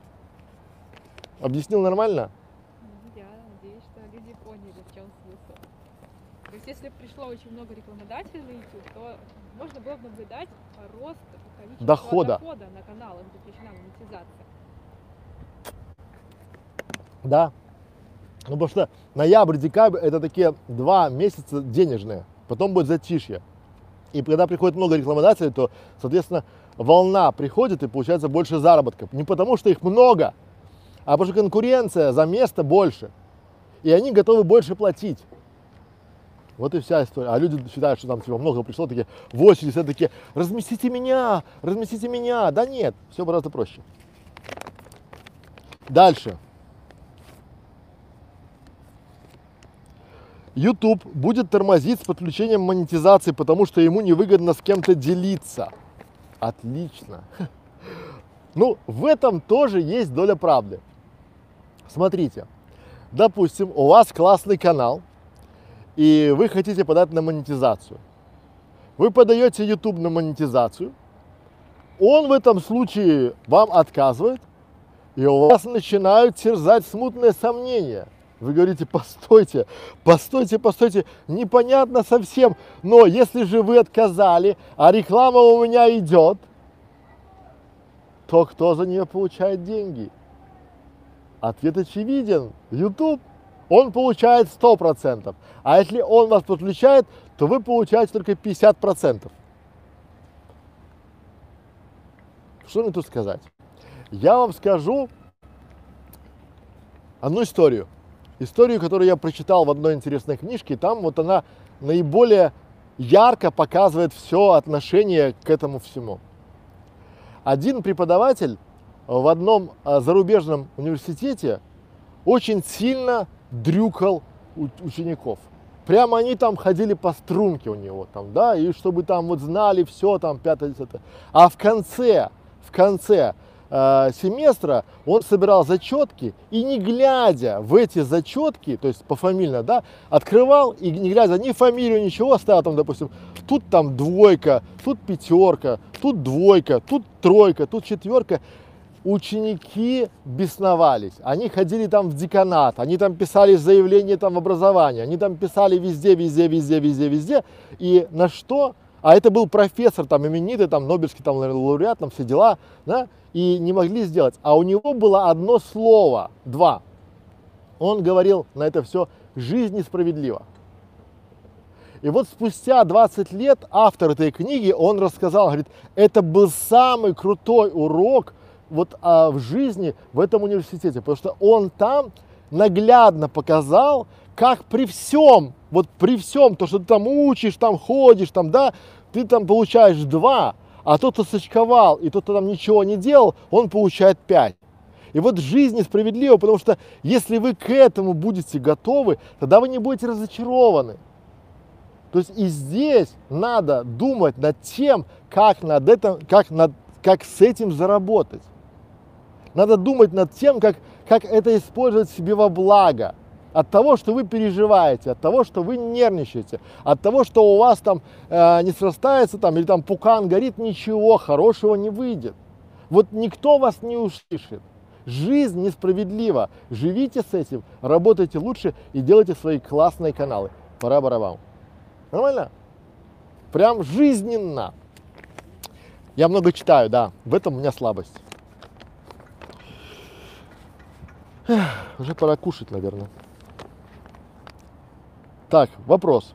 Объяснил нормально? Я надеюсь, что люди поняли, в чем смысл. То есть, если пришло очень много рекламодателей на YouTube, то можно было бы наблюдать рост количества дохода. дохода на каналах, где включена монетизация. Да. Ну, потому что ноябрь-декабрь это такие два месяца денежные. Потом будет затишье. И когда приходит много рекламодателей, то, соответственно, волна приходит и получается больше заработка. Не потому что их много, а потому что конкуренция за место больше. И они готовы больше платить. Вот и вся история. А люди считают, что там типа много пришло, такие в очередь, все такие, разместите меня, разместите меня. Да нет, все гораздо проще. Дальше. YouTube будет тормозить с подключением монетизации, потому что ему невыгодно с кем-то делиться. Отлично. Ну, в этом тоже есть доля правды. Смотрите, допустим, у вас классный канал, и вы хотите подать на монетизацию. Вы подаете YouTube на монетизацию, он в этом случае вам отказывает, и у вас начинают терзать смутные сомнения. Вы говорите: постойте, постойте, постойте, непонятно совсем, но если же вы отказали, а реклама у меня идет, то кто за нее получает деньги? Ответ очевиден. YouTube. Он получает сто процентов. А если он вас подключает, то вы получаете только пятьдесят процентов. Что мне тут сказать? Я вам скажу одну историю. Историю, которую я прочитал в одной интересной книжке. И там вот она наиболее ярко показывает все отношение к этому всему. Один преподаватель в одном зарубежном университете очень сильно дрюкал учеников. Прямо они там ходили по струнке у него, там, да, и чтобы там вот знали все, там, пятое, десятое. А в конце, в конце э, семестра он собирал зачетки и, не глядя в эти зачетки, то есть пофамильно, да, открывал и, не глядя ни фамилию, ничего, ставил там, допустим, тут там двойка, тут пятерка, тут двойка, тут тройка, тут четверка. Ученики бесновались, они ходили там в деканат, они там писали заявление там в образование, они там писали везде, везде, везде, везде, везде, и на что? А это был профессор там именитый, там Нобелевский там лауреат, там все дела, да, и не могли сделать. А у него было одно слово, два. Он говорил на это все: жизнь несправедлива. И вот спустя двадцать лет автор этой книги, он рассказал, говорит, это был самый крутой урок вот а, в жизни в этом университете, потому что он там наглядно показал, как при всем, вот при всем, то, что ты там учишь, там ходишь, там, да, ты там получаешь два, а тот, кто сочковал, и тот, кто там ничего не делал, он получает пять. И вот жизнь несправедлива, потому что если вы к этому будете готовы, тогда вы не будете разочарованы. То есть и здесь надо думать над тем, как, над этим, как, над, как с этим заработать. Надо думать над тем, как, как это использовать себе во благо. От того, что вы переживаете, от того, что вы нервничаете, от того, что у вас там э, не срастается, там, или там пукан горит, ничего хорошего не выйдет. Вот никто вас не услышит. Жизнь несправедлива. Живите с этим, работайте лучше и делайте свои классные каналы. Пора барабан. Нормально? Прям жизненно. Я много читаю, да, в этом у меня слабость. Эх, уже пора кушать, наверное. Так, вопрос.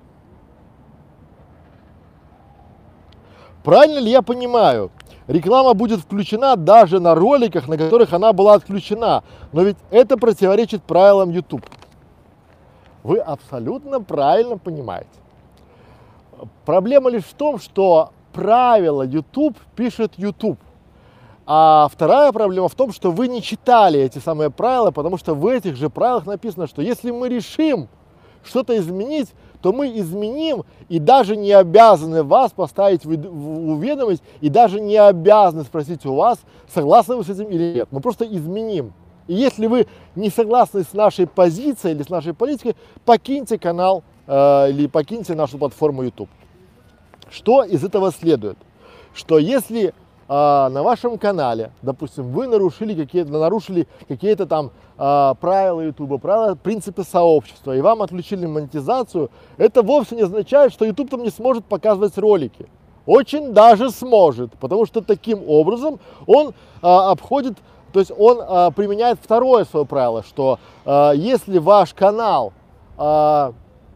Правильно ли я понимаю, реклама будет включена даже на роликах, на которых она была отключена, но ведь это противоречит правилам YouTube? Вы абсолютно правильно понимаете. Проблема лишь в том, что правила YouTube пишет YouTube. А вторая проблема в том, что вы не читали эти самые правила, потому что в этих же правилах написано, что если мы решим что-то изменить, то мы изменим и даже не обязаны вас поставить в уведомость, и даже не обязаны спросить у вас, согласны вы с этим или нет. Мы просто изменим. И если вы не согласны с нашей позицией или с нашей политикой, покиньте канал э, или покиньте нашу платформу YouTube. Что из этого следует? Что если а, на вашем канале, допустим, вы нарушили какие-то, нарушили какие-то там а, правила YouTube, правила, принципы сообщества, и вам отключили монетизацию, это вовсе не означает, что YouTube там не сможет показывать ролики. Очень даже сможет, потому что таким образом он а, обходит, то есть он а, применяет второе свое правило, что а, если ваш канал а,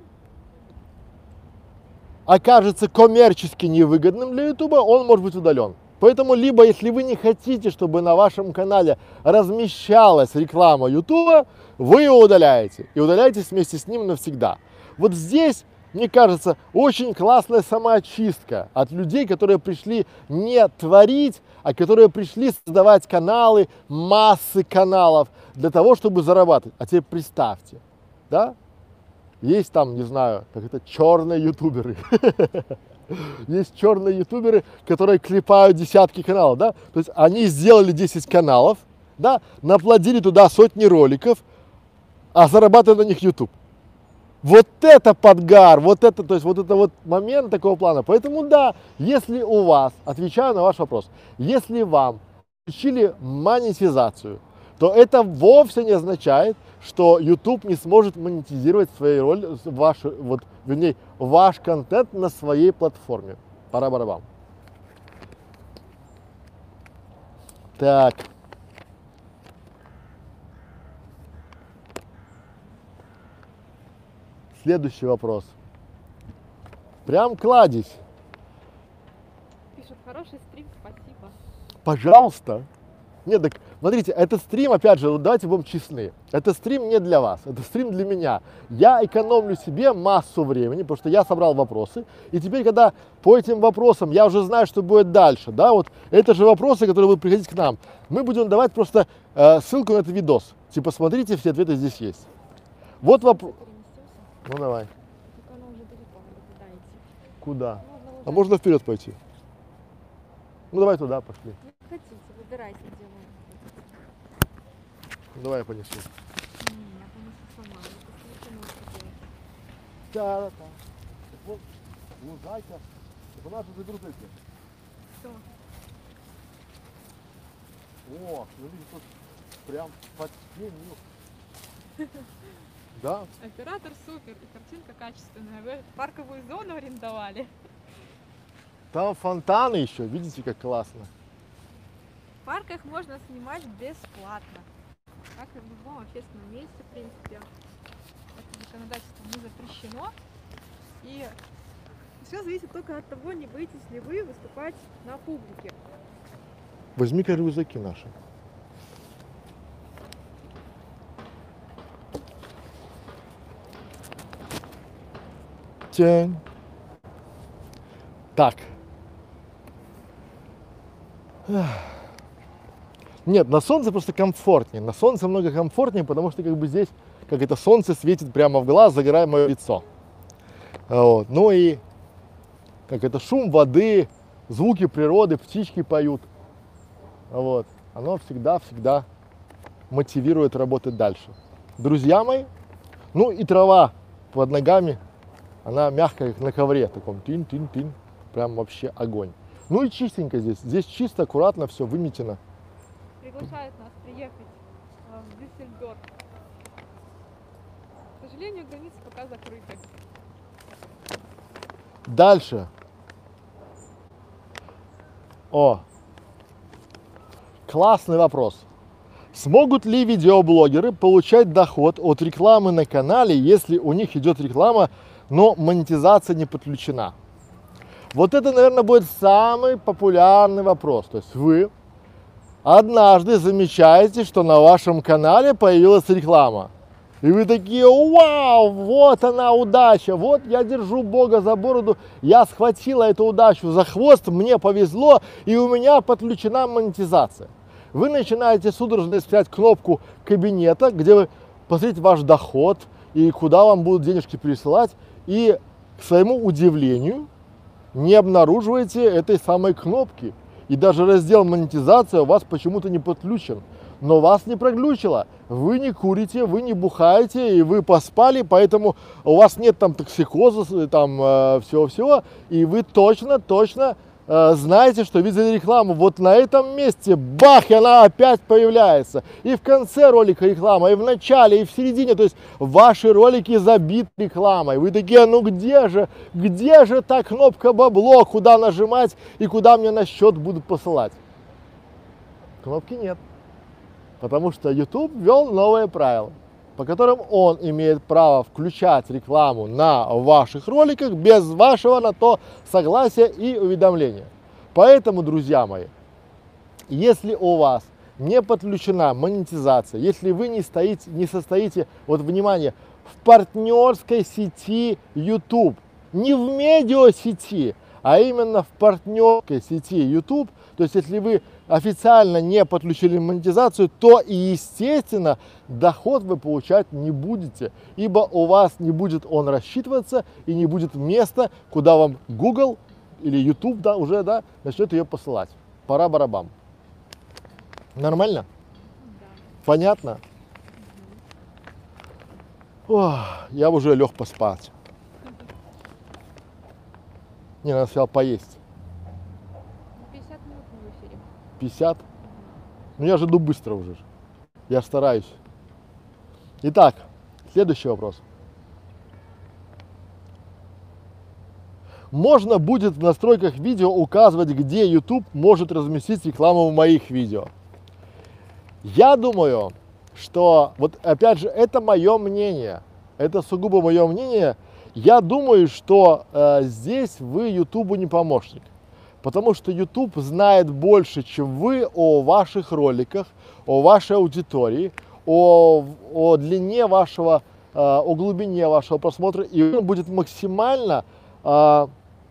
окажется коммерчески невыгодным для YouTube, он может быть удален. Поэтому, либо, если вы не хотите, чтобы на вашем канале размещалась реклама YouTube, вы ее удаляете. И удаляетесь вместе с ним навсегда. Вот здесь, мне кажется, очень классная самоочистка от людей, которые пришли не творить, а которые пришли создавать каналы, массы каналов для того, чтобы зарабатывать. А теперь представьте, да? есть там, не знаю, как это, черные ютуберы. Есть черные ютуберы, которые клепают десятки каналов, да, то есть они сделали десять каналов, да, наплодили туда сотни роликов, а зарабатывает на них YouTube. Вот это подгар, вот это, то есть вот это вот момент такого плана. Поэтому да, если у вас, отвечаю на ваш вопрос, если вам включили монетизацию, то это вовсе не означает, что YouTube не сможет монетизировать свои роли, ваш, вот, вернее, ваш контент на своей платформе. Пора-барабам. Так. Следующий вопрос. Прям кладезь. Пишут, хороший стрим, спасибо. Пожалуйста. Нет, так, смотрите, этот стрим, опять же, давайте будем честны. Это стрим не для вас, это стрим для меня. Я экономлю себе массу времени, потому что я собрал вопросы. И теперь, когда по этим вопросам я уже знаю, что будет дальше, да, вот это же вопросы, которые будут приходить к нам. Мы будем давать просто э, ссылку на этот видос. Типа, смотрите, все ответы здесь есть. Вот вопрос. Ну давай. Только оно уже далеко, надо туда идти. Куда? Можно А уже- можно вперед пойти? Ну давай туда пошли. Не хотите, выбирайте, где вы. Ну, давай я понесу. Не, я понесу сама. Я просто не понимаю, что делать. Да, да, да. Вот лужайка. У нас же заберут эти. Что? О, смотрите, тут прям под тенью. Да? Оператор супер, и картинка качественная. Вы парковую зону арендовали. Там фонтаны еще, видите, как классно. В парках можно снимать бесплатно. Как и в любом общественном месте, в принципе. Это законодательством не запрещено. И все зависит только от того, не боитесь ли вы выступать на публике. Возьми-ка рюкзаки наши. Тень. Так. Нет, на солнце просто комфортнее. На солнце много комфортнее, потому что как бы здесь, как это солнце светит прямо в глаз, загорая мое лицо. Вот. Ну и как это шум воды, звуки природы, птички поют. Вот. Оно всегда-всегда мотивирует работать дальше. Друзья мои, ну и трава под ногами, она мягкая, как на ковре, таком тин-тин-тин, прям вообще огонь. Ну и чистенько здесь, здесь чисто, аккуратно, все выметено. Приглашают нас приехать э, в Дюссельдорф. К сожалению, границы пока закрыты. Дальше. О, классный вопрос. Смогут ли видеоблогеры получать доход от рекламы на канале, если у них идет реклама, но монетизация не подключена? Вот это, наверное, будет самый популярный вопрос. То есть вы однажды замечаете, что на вашем канале появилась реклама. И вы такие: вау, вот она удача, вот я держу Бога за бороду, я схватила эту удачу за хвост, мне повезло, и у меня подключена монетизация. Вы начинаете судорожно искать кнопку кабинета, где вы посмотрите ваш доход и куда вам будут денежки пересылать, и к своему удивлению не обнаруживаете этой самой кнопки. И даже раздел монетизация у вас почему-то не подключен. Но вас не проглючило. Вы не курите, вы не бухаете, и вы поспали, поэтому у вас нет там токсикоза, там э, всего-всего, и вы точно-точно э, знаете, что видели рекламу. Вот на этом месте, бах, и она опять появляется. И в конце ролика реклама, и в начале, и в середине. То есть ваши ролики забиты рекламой. Вы такие: ну где же, где же та кнопка бабло, куда нажимать и куда мне на счет будут посылать? Кнопки нет. Потому что YouTube ввел новые правила, по которым он имеет право включать рекламу на ваших роликах без вашего на то согласия и уведомления. Поэтому, друзья мои, если у вас не подключена монетизация, если вы не, стоите, не состоите, вот внимание, в партнерской сети YouTube, не в медиасети, а именно в партнерской сети YouTube, То есть, если вы официально не подключили монетизацию, то и, естественно, доход вы получать не будете, ибо у вас не будет он рассчитываться и не будет места, куда вам Google или YouTube, да, уже, да, начнет ее посылать. Пора барабам. Нормально? Да. Понятно? Ох, я уже лег поспать. Не, надо сначала поесть. пятьдесят минут мы в эфире. пятьдесят? Ну я же иду быстро уже. Я стараюсь. Итак, следующий вопрос. Можно будет в настройках видео указывать, где YouTube может разместить рекламу в моих видео? Я думаю, что, вот опять же, это мое мнение, это сугубо мое мнение. Я думаю, что э, здесь вы YouTube не помощник, потому что YouTube знает больше, чем вы, о ваших роликах, о вашей аудитории, о, о длине вашего, э, о глубине вашего просмотра, и он будет максимально, э,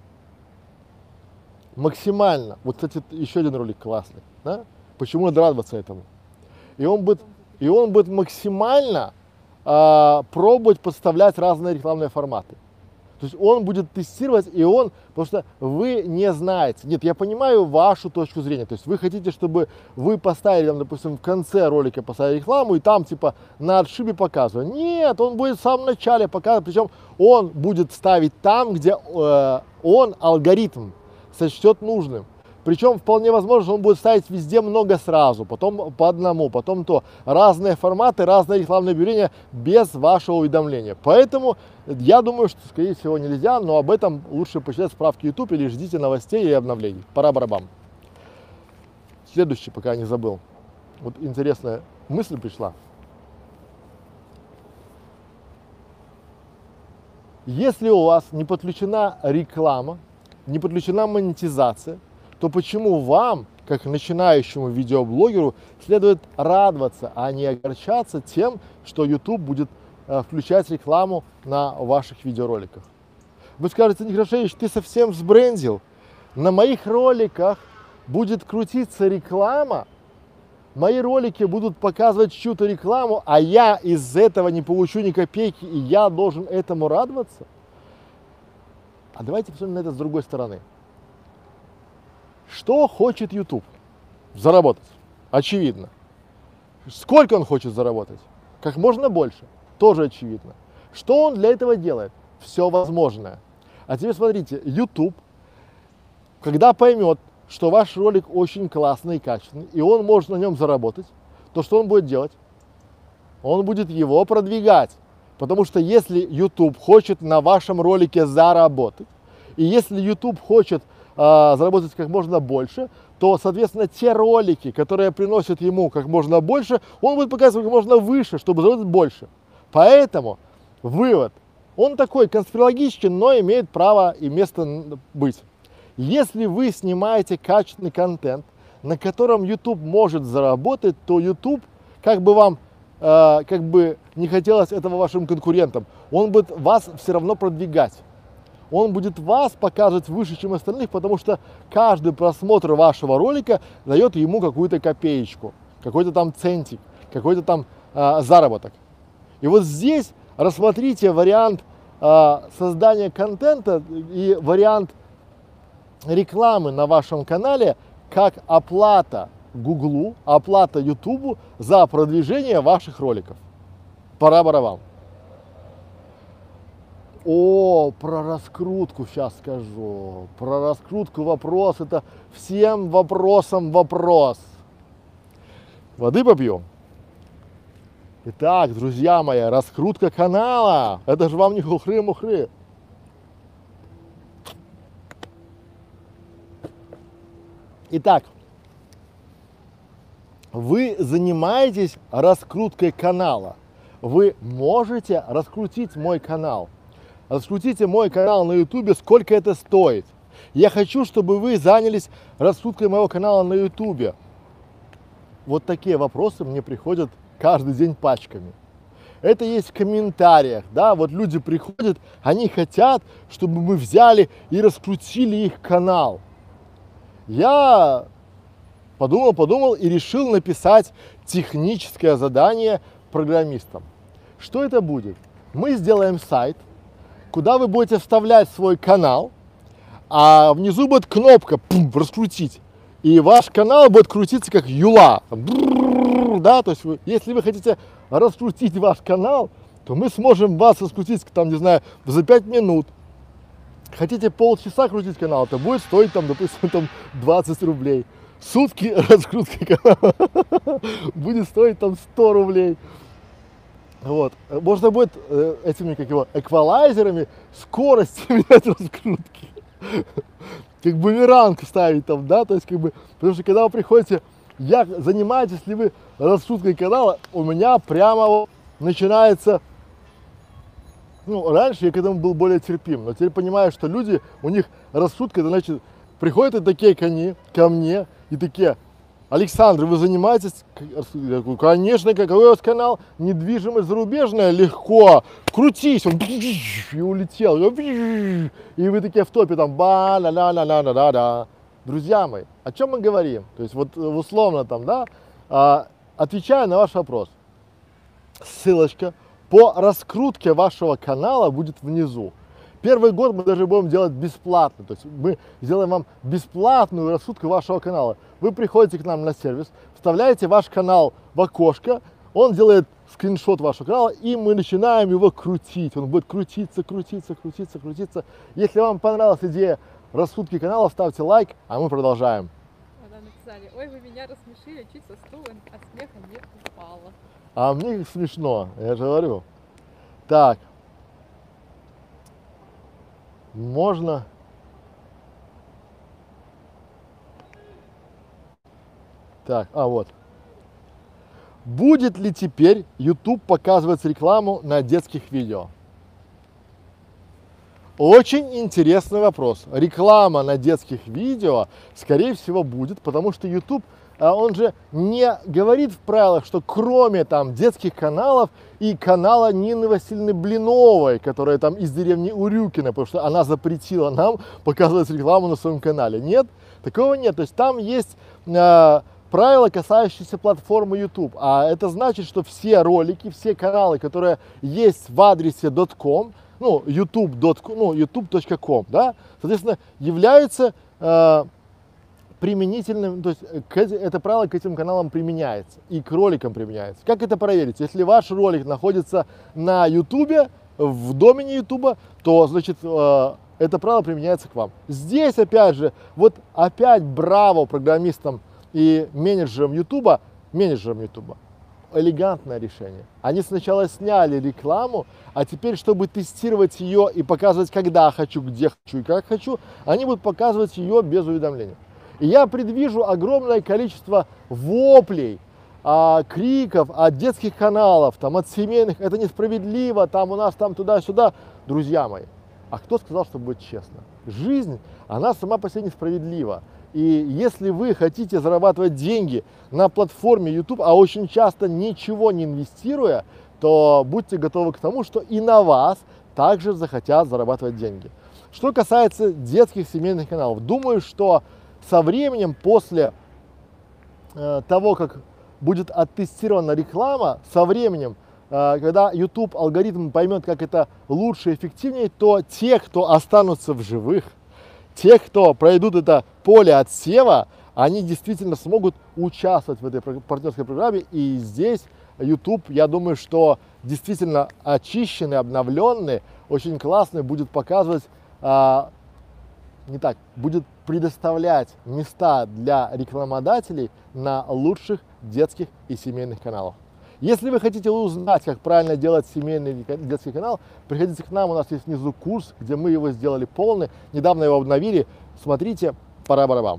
максимально, вот, кстати, еще один ролик классный, да? Почему надо радоваться этому? И он будет, и он будет максимально э, пробовать подставлять разные рекламные форматы. То есть он будет тестировать, и он, потому что вы не знаете. Нет, я понимаю вашу точку зрения. То есть вы хотите, чтобы вы поставили, там, допустим, в конце ролика поставили рекламу, и там типа на отшибе показывали. Нет, он будет в самом начале показывать, причем он будет ставить там, где э, он алгоритм сочтет нужным. Причем вполне возможно, что он будет ставить везде много сразу, потом по одному, потом то. Разные форматы, разные рекламные объявления без вашего уведомления. Поэтому я думаю, что, скорее всего, нельзя, но об этом лучше почитать справки YouTube или ждите новостей и обновлений. Пора барабам. Следующий, пока я не забыл. Вот интересная мысль пришла. Если у вас не подключена реклама, не подключена монетизация, то почему вам, как начинающему видеоблогеру, следует радоваться, а не огорчаться тем, что YouTube будет э, включать рекламу на ваших видеороликах? Вы скажете: Некрашевич, ты совсем сбрендил. На моих роликах будет крутиться реклама, мои ролики будут показывать чью-то рекламу, а я из этого не получу ни копейки, и я должен этому радоваться? А давайте посмотрим на это с другой стороны. Что хочет YouTube? Заработать. Очевидно. Сколько он хочет заработать? Как можно больше. Тоже очевидно. Что он для этого делает? Все возможное. А теперь смотрите, YouTube, когда поймет, что ваш ролик очень классный и качественный, и он может на нем заработать, то что он будет делать? Он будет его продвигать. Потому что если YouTube хочет на вашем ролике заработать, и если YouTube хочет заработать как можно больше, то, соответственно, те ролики, которые приносят ему как можно больше, он будет показывать как можно выше, чтобы заработать больше. Поэтому вывод, он такой конспирологический, но имеет право и место быть. Если вы снимаете качественный контент, на котором YouTube может заработать, то YouTube, как бы вам, э, как бы не хотелось этого вашим конкурентам, он будет вас все равно продвигать. Он будет вас показывать выше, чем остальных, потому что каждый просмотр вашего ролика дает ему какую-то копеечку, какой-то там центик, какой-то там э, заработок. И вот здесь рассмотрите вариант э, создания контента и вариант рекламы на вашем канале как оплата Гуглу, оплата Ютубу за продвижение ваших роликов. Пора барабан. О, про раскрутку сейчас скажу. Про раскрутку вопрос. Это всем вопросам вопрос. Воды попью. Итак, друзья мои, раскрутка канала. Это же вам не хухры-мухры. Итак, вы занимаетесь раскруткой канала. Вы можете раскрутить мой канал. Раскрутите мой канал на ютубе, сколько это стоит. Я хочу, чтобы вы занялись раскруткой моего канала на ютубе. Вот такие вопросы мне приходят каждый день пачками. Это есть в комментариях, да, вот люди приходят, они хотят, чтобы мы взяли и раскрутили их канал. Я подумал, подумал и решил написать техническое задание программистам. Что это будет? Мы сделаем сайт, куда вы будете вставлять свой канал, а внизу будет кнопка пум, раскрутить. И ваш канал будет крутиться как юла. Да, то есть вы, если вы хотите раскрутить ваш канал, то мы сможем вас раскрутить, там, не знаю, за пять минут. Хотите полчаса крутить канал, то будет стоить, там, допустим, там, двадцать рублей. Сутки раскрутки канала будет стоить там сто рублей. Вот. Можно будет э, этими, как его, эквалайзерами скорость менять раскрутки. Как бумеранг ставить там, да, то есть как бы, потому что когда вы приходите, я, занимаетесь ли вы раскруткой канала, у меня прямо вот начинается, ну, раньше я к этому был более терпим, но теперь понимаю, что люди, у них раскрутка, это значит, приходят и такие кони ко мне и такие: Александр, вы занимаетесь? Я говорю, конечно, какой у вас канал? Недвижимость зарубежная? Легко. Крутись. Он и улетел. И вы такие в топе там ба ла ла ла ла ла ла ла. Друзья мои, о чем мы говорим? То есть вот условно там, да, а, отвечая на ваш вопрос, ссылочка по раскрутке вашего канала будет внизу. Первый год мы даже будем делать бесплатно, то есть мы сделаем вам бесплатную раскрутку вашего канала. Вы приходите к нам на сервис, вставляете ваш канал в окошко, он делает скриншот вашего канала, и мы начинаем его крутить. Он будет крутиться, крутиться, крутиться, крутиться. Если вам понравилась идея раскрутки канала, ставьте лайк, а мы продолжаем. Она написали: ой, вы меня рассмешили, чуть со стула от смеха не упала. А мне смешно, я же говорю. Так. Можно. Так, а вот. Будет ли теперь YouTube показывать рекламу на детских видео? Очень интересный вопрос. Реклама на детских видео, скорее всего, будет, потому что YouTube, он же не говорит в правилах, что кроме там детских каналов и канала Нины Васильевны Блиновой, которая там из деревни Урюкино, потому что она запретила нам показывать рекламу на своем канале. Нет, такого нет. То есть там есть э, правила, касающиеся платформы YouTube. А это значит, что все ролики, все каналы, которые есть в адресе .com, ну, youtube точка com, да, соответственно, являются э, применительным, то есть к, это правило к этим каналам применяется и к роликам применяется. Как это проверить? Если ваш ролик находится на YouTube, в домене YouTube, то, значит, э, это правило применяется к вам. Здесь, опять же, вот опять браво программистам и менеджерам YouTube, менеджерам YouTube. Элегантное решение. Они сначала сняли рекламу, а теперь, чтобы тестировать ее и показывать, когда хочу, где хочу и как хочу, они будут показывать ее без уведомления. И я предвижу огромное количество воплей, а, криков от детских каналов, там, от семейных: это несправедливо, там у нас там туда-сюда. Друзья мои, а кто сказал, что будет честно? Жизнь, она сама по себе несправедлива. И если вы хотите зарабатывать деньги на платформе YouTube, а очень часто ничего не инвестируя, то будьте готовы к тому, что и на вас также захотят зарабатывать деньги. Что касается детских семейных каналов, думаю, что со временем, после э, того, как будет оттестирована реклама, со временем, э, когда YouTube алгоритм поймет, как это лучше и эффективнее, то те, кто останутся в живых, те, кто пройдут это поле отсева, они действительно смогут участвовать в этой партнерской программе. И здесь YouTube, я думаю, что действительно очищенный, обновленный, очень классный, будет показывать, а, не так, будет предоставлять места для рекламодателей на лучших детских и семейных каналах. Если вы хотите узнать, как правильно делать семейный детский канал, приходите к нам, у нас есть внизу курс, где мы его сделали полный, недавно его обновили. Смотрите, пора-барабам.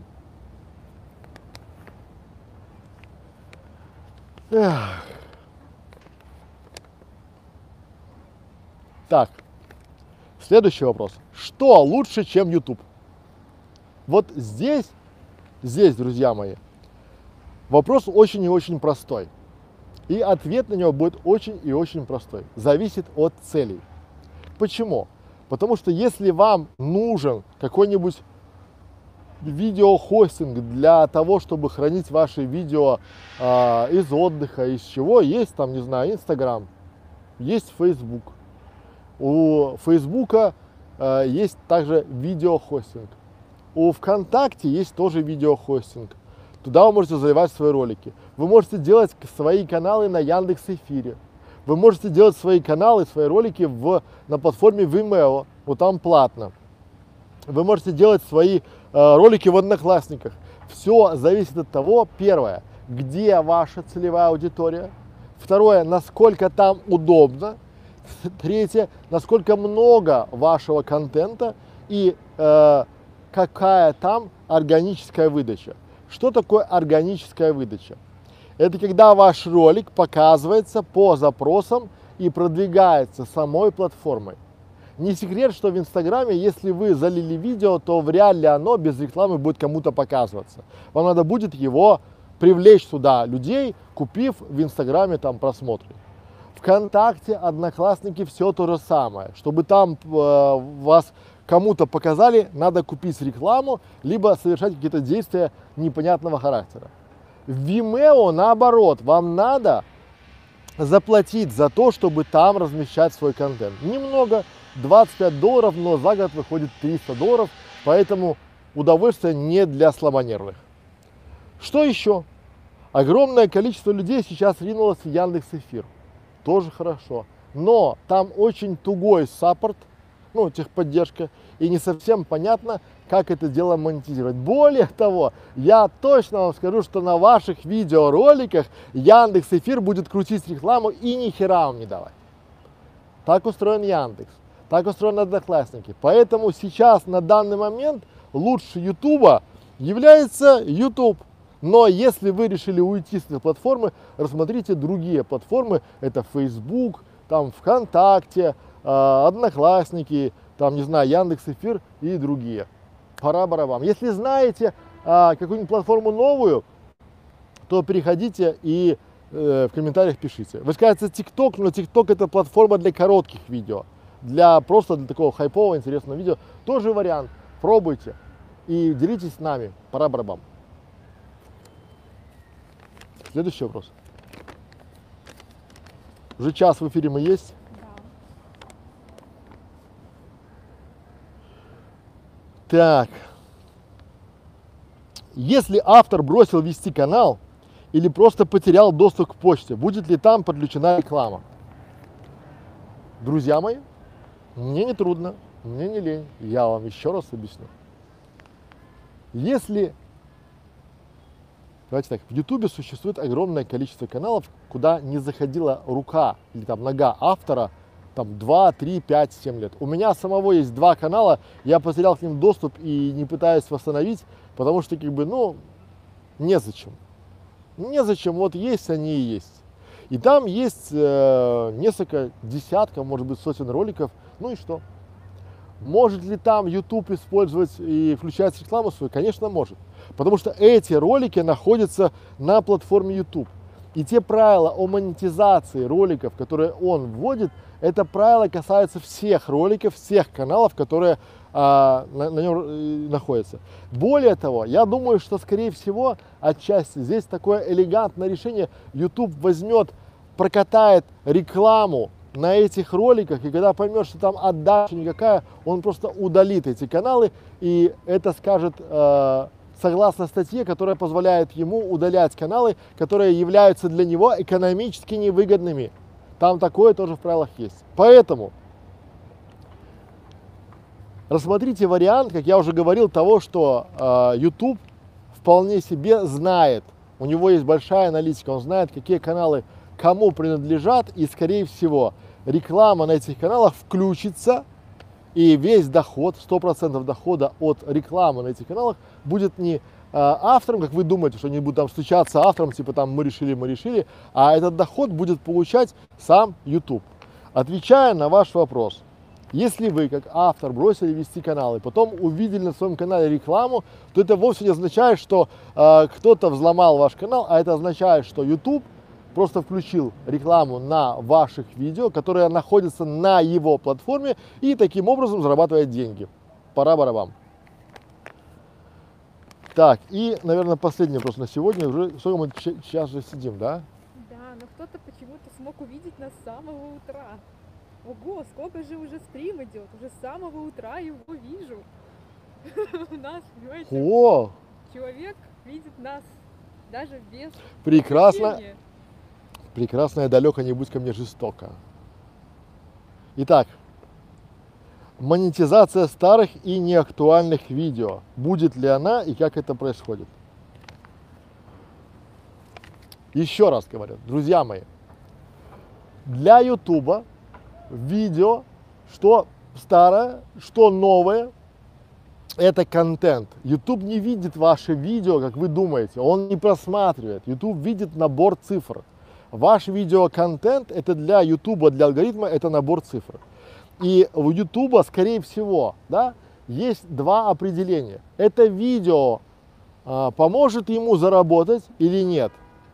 Так, следующий вопрос. Что лучше, чем YouTube? Вот здесь, здесь, друзья мои, вопрос очень и очень простой. И ответ на него будет очень и очень простой. Зависит от целей. Почему? Потому что если вам нужен какой-нибудь видеохостинг для того, чтобы хранить ваши видео э, из отдыха, из чего, есть там, не знаю, Инстаграм, есть Фейсбук. У Фейсбука э, есть также видеохостинг. У ВКонтакте есть тоже видеохостинг. Туда вы можете заливать свои ролики. Вы можете делать свои каналы на Яндекс.Эфире. Вы можете делать свои каналы, свои ролики в, на платформе Vimeo, вот там платно. Вы можете делать свои э, ролики в Одноклассниках. Все зависит от того, первое, где ваша целевая аудитория. Второе, насколько там удобно. Третье, насколько много вашего контента и э, какая там органическая выдача. Что такое органическая выдача? Это когда ваш ролик показывается по запросам и продвигается самой платформой. Не секрет, что в Инстаграме, если вы залили видео, то вряд ли оно без рекламы будет кому-то показываться. Вам надо будет его привлечь сюда людей, купив в Инстаграме там просмотры. ВКонтакте, Одноклассники, все то же самое. Чтобы там э, вас кому-то показали, надо купить рекламу, либо совершать какие-то действия непонятного характера. В Vimeo, наоборот, вам надо заплатить за то, чтобы там размещать свой контент. Немного, двадцать пять долларов, но за год выходит триста долларов, поэтому удовольствие не для слабонервных. Что еще? Огромное количество людей сейчас ринулось в Яндекс.Эфир. Тоже хорошо. Но там очень тугой саппорт, ну, техподдержка, и не совсем понятно, как это дело монетизировать. Более того, я точно вам скажу, что на ваших видеороликах Яндекс.Эфир будет крутить рекламу и ни хера вам не давать. Так устроен Яндекс, так устроены Одноклассники. Поэтому сейчас, на данный момент, лучше Ютуба является YouTube. Но если вы решили уйти с этой платформы, рассмотрите другие платформы. Это Facebook, там ВКонтакте, Одноклассники, там, не знаю, Яндекс.Эфир и другие. Пора барабан. Если знаете а, какую-нибудь платформу новую, то переходите и э, в комментариях пишите. Вы скажете TikTok, но TikTok это платформа для коротких видео. Для просто для такого хайпового, интересного видео. Тоже вариант. Пробуйте и делитесь с нами. Пора барабан. Следующий вопрос. Уже час в эфире мы есть. Так, если автор бросил вести канал или просто потерял доступ к почте, будет ли там подключена реклама? Друзья мои, мне не трудно, мне не лень, я вам еще раз объясню. Если, давайте так, в Ютубе существует огромное количество каналов, куда не заходила рука или там нога автора, там два, три, пять, семь лет. У меня самого есть два канала, я потерял к ним доступ и не пытаюсь восстановить, потому что, как бы, ну, незачем. Незачем, вот есть они и есть. И там есть э, несколько десятков, может быть, сотен роликов, ну и что? Может ли там YouTube использовать и включать рекламу свою? Конечно, может. Потому что эти ролики находятся на платформе YouTube. И те правила о монетизации роликов, которые он вводит, это правило касается всех роликов, всех каналов, которые а, на, на нем э, находятся. Более того, я думаю, что, скорее всего, отчасти здесь такое элегантное решение. YouTube возьмет, прокатает рекламу на этих роликах, и когда поймет, что там отдача никакая, он просто удалит эти каналы, и это скажет... Э, согласно статье, которая позволяет ему удалять каналы, которые являются для него экономически невыгодными. Там такое тоже в правилах есть. Поэтому рассмотрите вариант, как я уже говорил, того, что э, YouTube вполне себе знает, у него есть большая аналитика, он знает, какие каналы кому принадлежат, и, скорее всего, реклама на этих каналах включится, и весь доход, сто процентов дохода от рекламы на этих каналах будет не э, автором, как вы думаете, что они будут там стучаться автором, типа там мы решили, мы решили, а этот доход будет получать сам YouTube. Отвечая на ваш вопрос, если вы как автор бросили вести канал и потом увидели на своем канале рекламу, то это вовсе не означает, что э, кто-то взломал ваш канал, а это означает, что YouTube просто включил рекламу на ваших видео, которые находятся на его платформе, и таким образом зарабатывает деньги. Пора барабан. Так, и, наверное, последний вопрос на сегодня. Уже сколько мы ч- сейчас же сидим, да? Да, но кто-то почему-то смог увидеть нас с самого утра. Ого, сколько же уже стрим идет, уже с самого утра его вижу. У нас, понимаете, О, человек видит нас даже без прекрасно, общения. прекрасно и далеко не будь ко мне жестоко. Итак, монетизация старых и неактуальных видео. Будет ли она и как это происходит? Еще раз говорю, друзья мои, для Ютуба видео, что старое, что новое, это контент. YouTube не видит ваше видео, как вы думаете, он не просматривает. YouTube видит набор цифр. Ваш видеоконтент это для YouTube, для алгоритма это набор цифр. И у YouTube, скорее всего, да, есть два определения. Это видео а, поможет ему заработать или нет?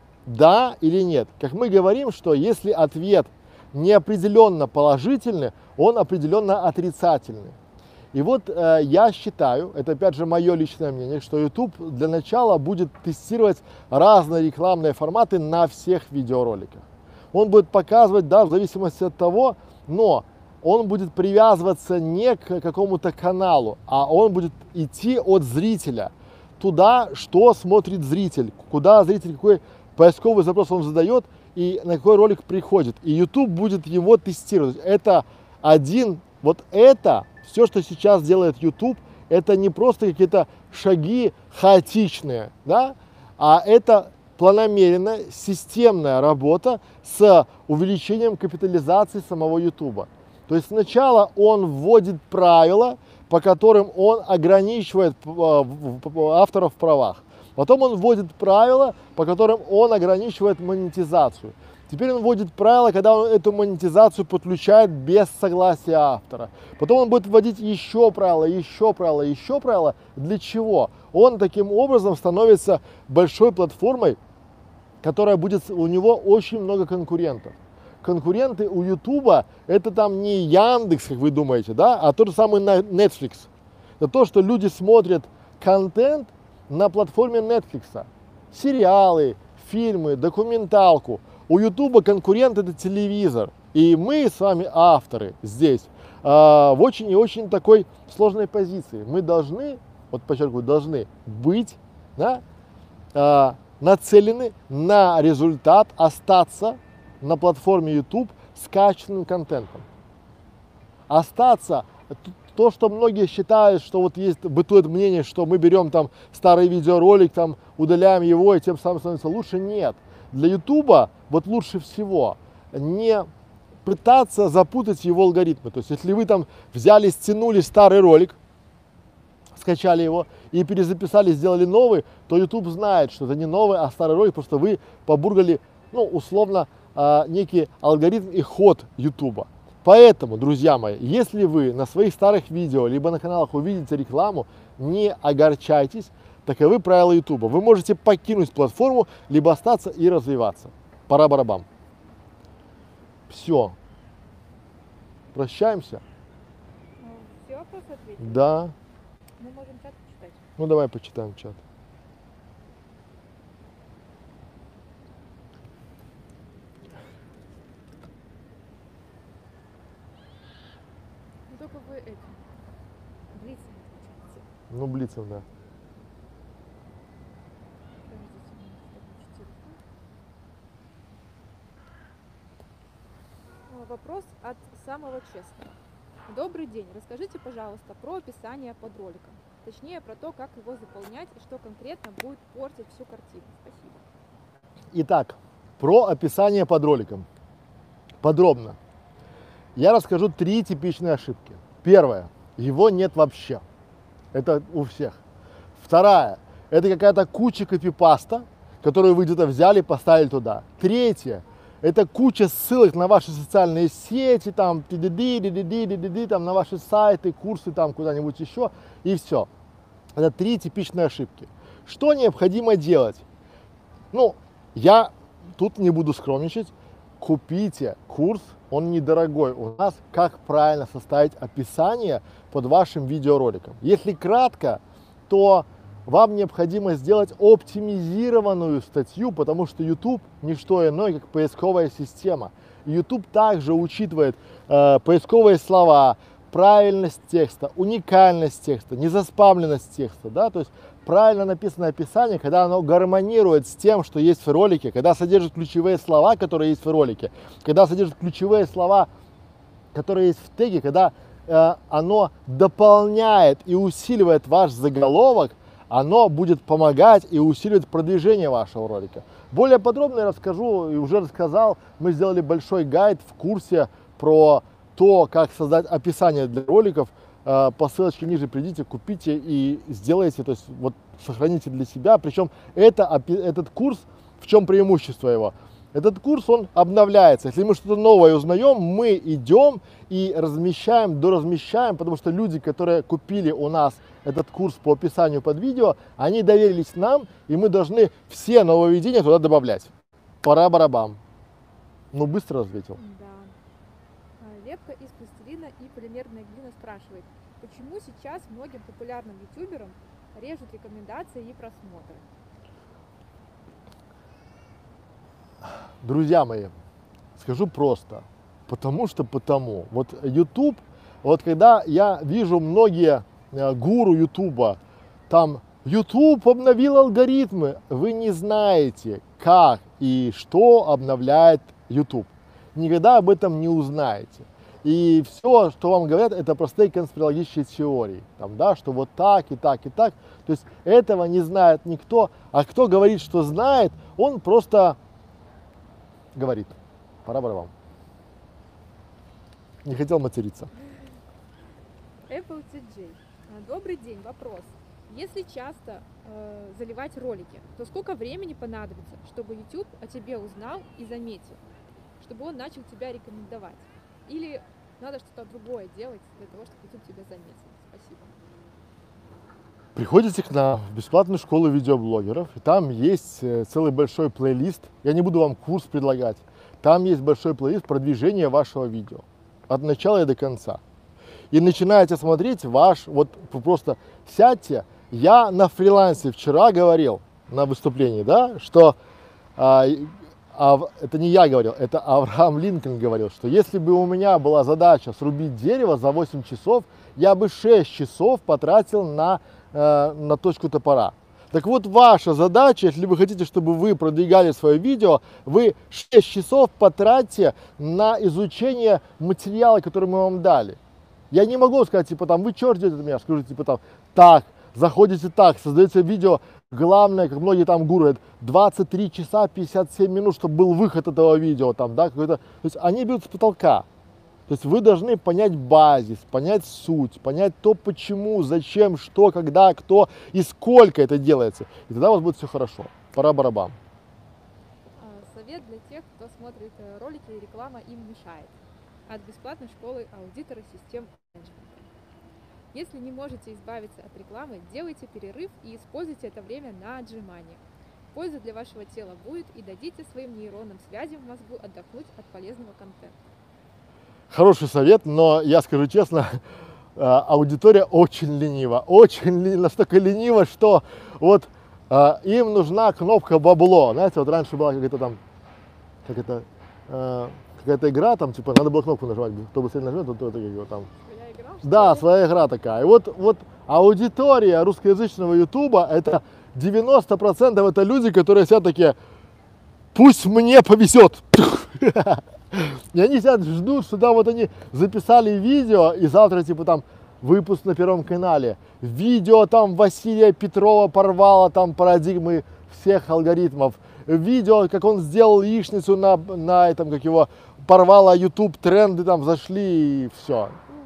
Да или нет? Как мы говорим, что если ответ неопределенно положительный, он определенно отрицательный. И вот э, я считаю, это опять же мое личное мнение, что YouTube для начала будет тестировать разные рекламные форматы на всех видеороликах. Он будет показывать, да, в зависимости от того, но он будет привязываться не к какому-то каналу, а он будет идти от зрителя туда, что смотрит зритель, куда зритель, какой поисковый запрос он задает и на какой ролик приходит. И YouTube будет его тестировать. Это один, вот это, все, что сейчас делает YouTube, это не просто какие-то шаги хаотичные, да, а это планомерная, системная работа с увеличением капитализации самого YouTube. То есть сначала он вводит правила, по которым он ограничивает авторов в правах. Потом он вводит правила, по которым он ограничивает монетизацию. Теперь он вводит правила, когда он эту монетизацию подключает без согласия автора. Потом он будет вводить еще правила, еще правила, еще правила. Для чего? Он таким образом становится большой платформой, которая будет, у него очень много конкурентов. Конкуренты у Ютуба это там не Яндекс, как вы думаете, да, а тот же самый Netflix. Это то, что люди смотрят контент на платформе Netflix. Сериалы, фильмы, документалку. У Ютуба конкурент это телевизор. И мы с вами авторы здесь э, в очень и очень такой сложной позиции. Мы должны, вот подчеркиваю, должны быть, да, э, нацелены на результат, остаться на платформе YouTube с качественным контентом. Остаться, то, что многие считают, что вот есть, бытует мнение, что мы берем там старый видеоролик, там удаляем его и тем самым становится лучше. Нет. Для YouTube вот лучше всего не пытаться запутать его алгоритмы. То есть, если вы там взяли, стянули старый ролик, скачали его и перезаписали, сделали новый, то YouTube знает, что это не новый, а старый ролик, просто вы побургали, ну, условно, э, некий алгоритм и ход YouTube. Поэтому, друзья мои, если вы на своих старых видео, либо на каналах увидите рекламу, не огорчайтесь, таковы правила YouTube. Вы можете покинуть платформу, либо остаться и развиваться. Пора барабам. Все. Прощаемся? Все вопросы ответили? Да. Мы можем чат почитать. Ну давай почитаем чат. Ну только вы этим блицем отвечаете. Ну блицем, да. Подождите, у меня здесь телефон. Э, Вопрос от самого честного. Добрый день. Расскажите, пожалуйста, про описание под роликом. Точнее, про то, как его заполнять и что конкретно будет портить всю картину. Спасибо. Итак, про описание под роликом. Подробно. Я расскажу три типичные ошибки. Первое. Его нет вообще. Это у всех. Вторая. Это какая-то куча копипаста, которую вы где-то взяли, поставили туда. Третье. Это куча ссылок на ваши социальные сети, там, ти-ди-ди, ди-ди-ди, ди-ди-ди, там, на ваши сайты, курсы, там, куда-нибудь еще, и все. Это три типичные ошибки. Что необходимо делать? Ну, я тут не буду скромничать. Купите курс, он недорогой. У нас как правильно составить описание под вашим видеороликом. Если кратко, то вам необходимо сделать оптимизированную статью, потому что YouTube не что иное, как поисковая система. YouTube также учитывает э, поисковые слова, правильность текста, уникальность текста, незаспамленность текста, да, то есть правильно написанное описание, когда оно гармонирует с тем, что есть в ролике, когда содержит ключевые слова, которые есть в ролике, когда содержит ключевые слова, которые есть в теге, когда э, оно дополняет и усиливает ваш заголовок, оно будет помогать и усиливать продвижение вашего ролика. Более подробно я расскажу и уже рассказал, мы сделали большой гайд в курсе про то, как создать описание для роликов. По ссылочке ниже придите, купите и сделайте, то есть вот сохраните для себя. Причем это, этот курс, в чем преимущество его? Этот курс, он обновляется. Если мы что-то новое узнаем, мы идем и размещаем, доразмещаем, потому что люди, которые купили у нас этот курс по описанию под видео, они доверились нам, и мы должны все нововведения туда добавлять. Пора барабам. Ну, быстро ответил. Да. Лепка из пластилина и полимерная глина спрашивает, почему сейчас многим популярным ютуберам режут рекомендации и просмотры? Друзья мои, скажу просто, потому что потому. Вот YouTube, вот когда я вижу многие э, гуру YouTube, там YouTube обновил алгоритмы, вы не знаете, как и что обновляет YouTube. Никогда об этом не узнаете. И все, что вам говорят, это простые конспирологические теории, там, да, что вот так и так и так. То есть этого не знает никто, а кто говорит, что знает, он просто говорит. Пора барабан. Не хотел материться. Apple ти джей. Добрый день, вопрос. Если часто э, заливать ролики, то сколько времени понадобится, чтобы YouTube о тебе узнал и заметил, чтобы он начал тебя рекомендовать? Или надо что-то другое делать для того, чтобы YouTube тебя заметил? Спасибо. Приходите к нам в бесплатную школу видеоблогеров, и там есть целый большой плейлист. Я не буду вам курс предлагать. Там есть большой плейлист продвижения вашего видео от начала и до конца. И начинаете смотреть ваш, вот просто сядьте. Я на фрилансе вчера говорил на выступлении, да, что а, а, это не я говорил, это Авраам Линкольн говорил, что если бы у меня была задача срубить дерево за восемь часов, я бы шесть часов потратил на, э, на точку топора. Так вот, ваша задача, если вы хотите, чтобы вы продвигали свое видео, вы шесть часов потратьте на изучение материала, который мы вам дали. Я не могу сказать, типа, там, вы что ждете от меня? Скажу, типа, там, так, заходите так, создаете видео, главное, как многие там гуру говорят, двадцать три часа пятьдесят семь минут, чтобы был выход этого видео, там, да, какой-то, то есть они берут с потолка. То есть вы должны понять базис, понять суть, понять то, почему, зачем, что, когда, кто и сколько это делается. И тогда у вас будет все хорошо. Пора барабан. Совет для тех, кто смотрит ролики и реклама им мешает. От бесплатной школы аудитора систем менеджмента. Если не можете избавиться от рекламы, делайте перерыв и используйте это время на отжимание. Польза для вашего тела будет, и дадите своим нейронным связям в мозгу отдохнуть от полезного контента. Хороший совет, но я скажу честно, аудитория очень ленива, очень ли, настолько ленива, что вот э, им нужна кнопка бабло. Знаете, вот раньше была какая-то там, как это, э, какая-то игра, там типа надо было кнопку нажимать, кто быстрее нажмет, то, то, то, то там. Своя игра, да, своя игра такая. И вот, вот аудитория русскоязычного ютуба, это девяносто процентов это люди, которые сидят такие, пусть мне повезет. И они сидят, ждут, что да, вот они записали видео, и завтра, типа, там, выпуск на Первом канале. Видео там Василия Петрова порвало там парадигмы всех алгоритмов. Видео, как он сделал яичницу на, на этом, как его, порвало YouTube, тренды там зашли, и все.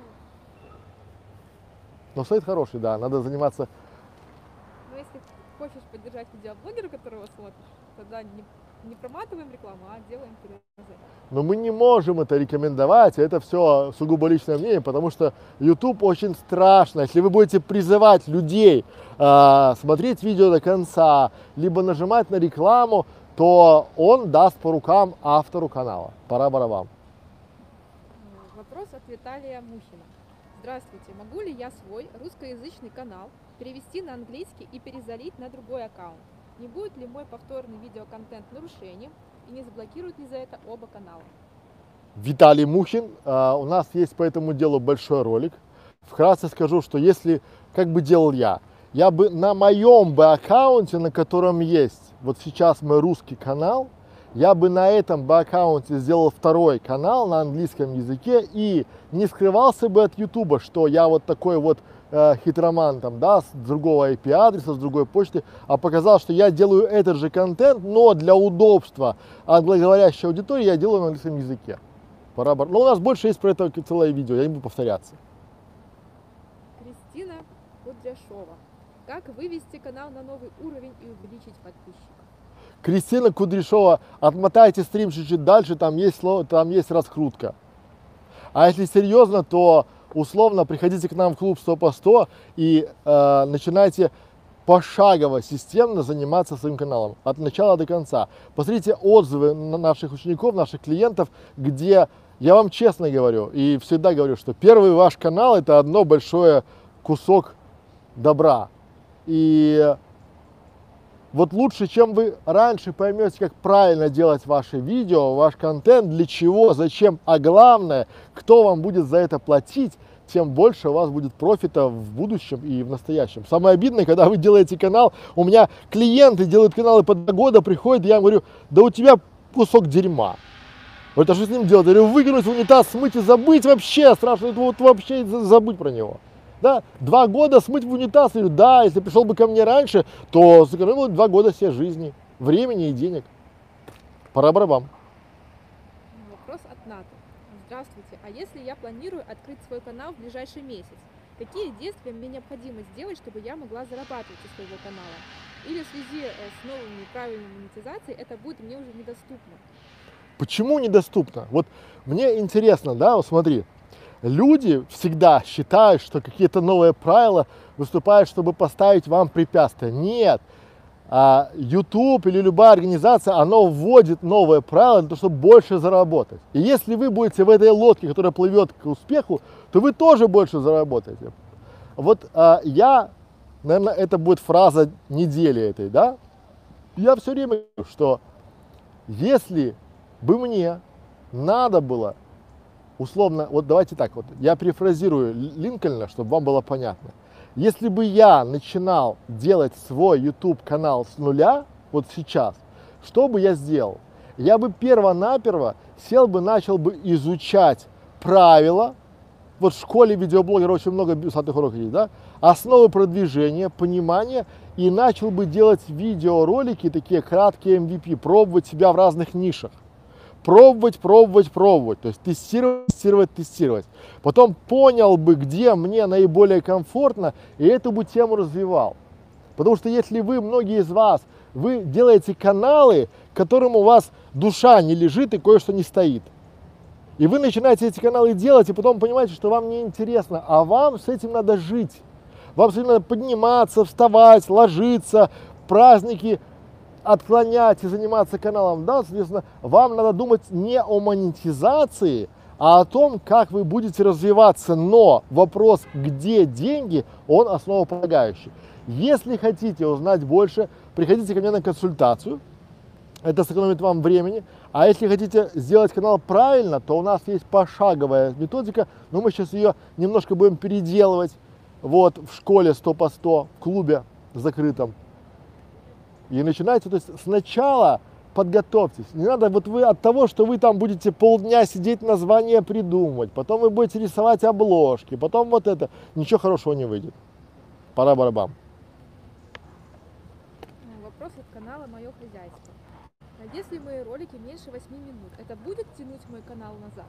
Но сайт хороший, да, надо заниматься. Но если хочешь поддержать видеоблогера, которого смотришь, тогда не, не проматываем рекламу, а делаем перерывы. Но мы не можем это рекомендовать, это все сугубо личное мнение, потому что YouTube очень страшно. Если вы будете призывать людей э, смотреть видео до конца, либо нажимать на рекламу, то он даст по рукам автору канала. Пора барабан. Вопрос от Виталия Мухина. Здравствуйте, могу ли я свой русскоязычный канал перевести на английский и перезалить на другой аккаунт? Не будет ли мой повторный видеоконтент нарушением и не заблокируют ли за это оба канала? Виталий Мухин, а, у нас есть по этому делу большой ролик. Вкратце скажу, что если, как бы делал я, я бы на моем бы аккаунте, на котором есть вот сейчас мой русский канал, я бы на этом бы аккаунте сделал второй канал на английском языке и не скрывался бы от Ютуба, что я вот такой вот э, хитроман там, да, с другого ай пи-адреса, с другой почты, а показал, что я делаю этот же контент, но для удобства англоговорящей аудитории я делаю на английском языке. Пора, но у нас больше есть про это целое видео, я не буду повторяться. Кристина Кудряшова. Как вывести канал на новый уровень и увеличить подписчиков? Кристина Кудряшова, отмотайте стрим чуть-чуть дальше, там есть слово, там есть раскрутка. А если серьезно, то условно приходите к нам в клуб сто по сто и э, начинайте пошагово, системно заниматься своим каналом от начала до конца. Посмотрите отзывы на наших учеников, наших клиентов, где я вам честно говорю и всегда говорю, что первый ваш канал это одно большое кусок добра. И вот лучше, чем вы раньше поймете, как правильно делать ваши видео, ваш контент, для чего, зачем, а главное, кто вам будет за это платить, тем больше у вас будет профита в будущем и в настоящем. Самое обидное, когда вы делаете канал, у меня клиенты делают каналы по два года, приходят, и я им говорю, да у тебя кусок дерьма. Вот, а что с ним делать? Я говорю, выкинуть в унитаз, смыть и забыть вообще, страшно, это вот вообще забыть про него. Да? Два года смыть в унитаз, я говорю, да, если пришел бы ко мне раньше, то сэкономил два года всей жизни, времени и денег. Пора барабам. Вопрос от Ната. Здравствуйте, а если я планирую открыть свой канал в ближайший месяц, какие действия мне необходимо сделать, чтобы я могла зарабатывать из своего канала? Или в связи с новыми правилами монетизации это будет мне уже недоступно? Почему недоступно? Вот мне интересно, да, вот смотри. Люди всегда считают, что какие-то новые правила выступают, чтобы поставить вам препятствия. Нет. А YouTube или любая организация, она вводит новые правила для того, чтобы больше заработать. И если вы будете в этой лодке, которая плывет к успеху, то вы тоже больше заработаете. Вот а, я, наверное, это будет фраза недели этой, да? Я все время говорю, что если бы мне надо было условно, вот давайте так вот, я перефразирую Линкольна, чтобы вам было понятно. Если бы я начинал делать свой YouTube канал с нуля, вот сейчас, что бы я сделал? Я бы перво-наперво сел бы, начал бы изучать правила, вот в школе видеоблогеров очень много бесплатных уроков есть, да, основы продвижения, понимания, и начал бы делать видеоролики, такие краткие эм ви пи, пробовать себя в разных нишах. Пробовать, пробовать, пробовать, то есть тестировать, тестировать, тестировать. Потом понял бы, где мне наиболее комфортно, и эту бы тему развивал. Потому что если вы, многие из вас, вы делаете каналы, которым у вас душа не лежит и кое-что не стоит. И вы начинаете эти каналы делать, и потом понимаете, что вам не интересно, а вам с этим надо жить. Вам с этим надо подниматься, вставать, ложиться, праздники отклонять и заниматься каналом, да, соответственно, вам надо думать не о монетизации, а о том, как вы будете развиваться. Но вопрос, где деньги, он основополагающий. Если хотите узнать больше, приходите ко мне на консультацию, это сэкономит вам времени. А если хотите сделать канал правильно, то у нас есть пошаговая методика, но мы сейчас ее немножко будем переделывать вот в школе сто по сто, в клубе закрытом. И начинайте, то есть сначала подготовьтесь. Не надо, вот вы от того, что вы там будете полдня сидеть, название придумывать, потом вы будете рисовать обложки, потом вот это, ничего хорошего не выйдет. Пора барабам. Вопрос от канала «Мое хозяйство». Если мои ролики меньше восьми минут, это будет тянуть мой канал назад?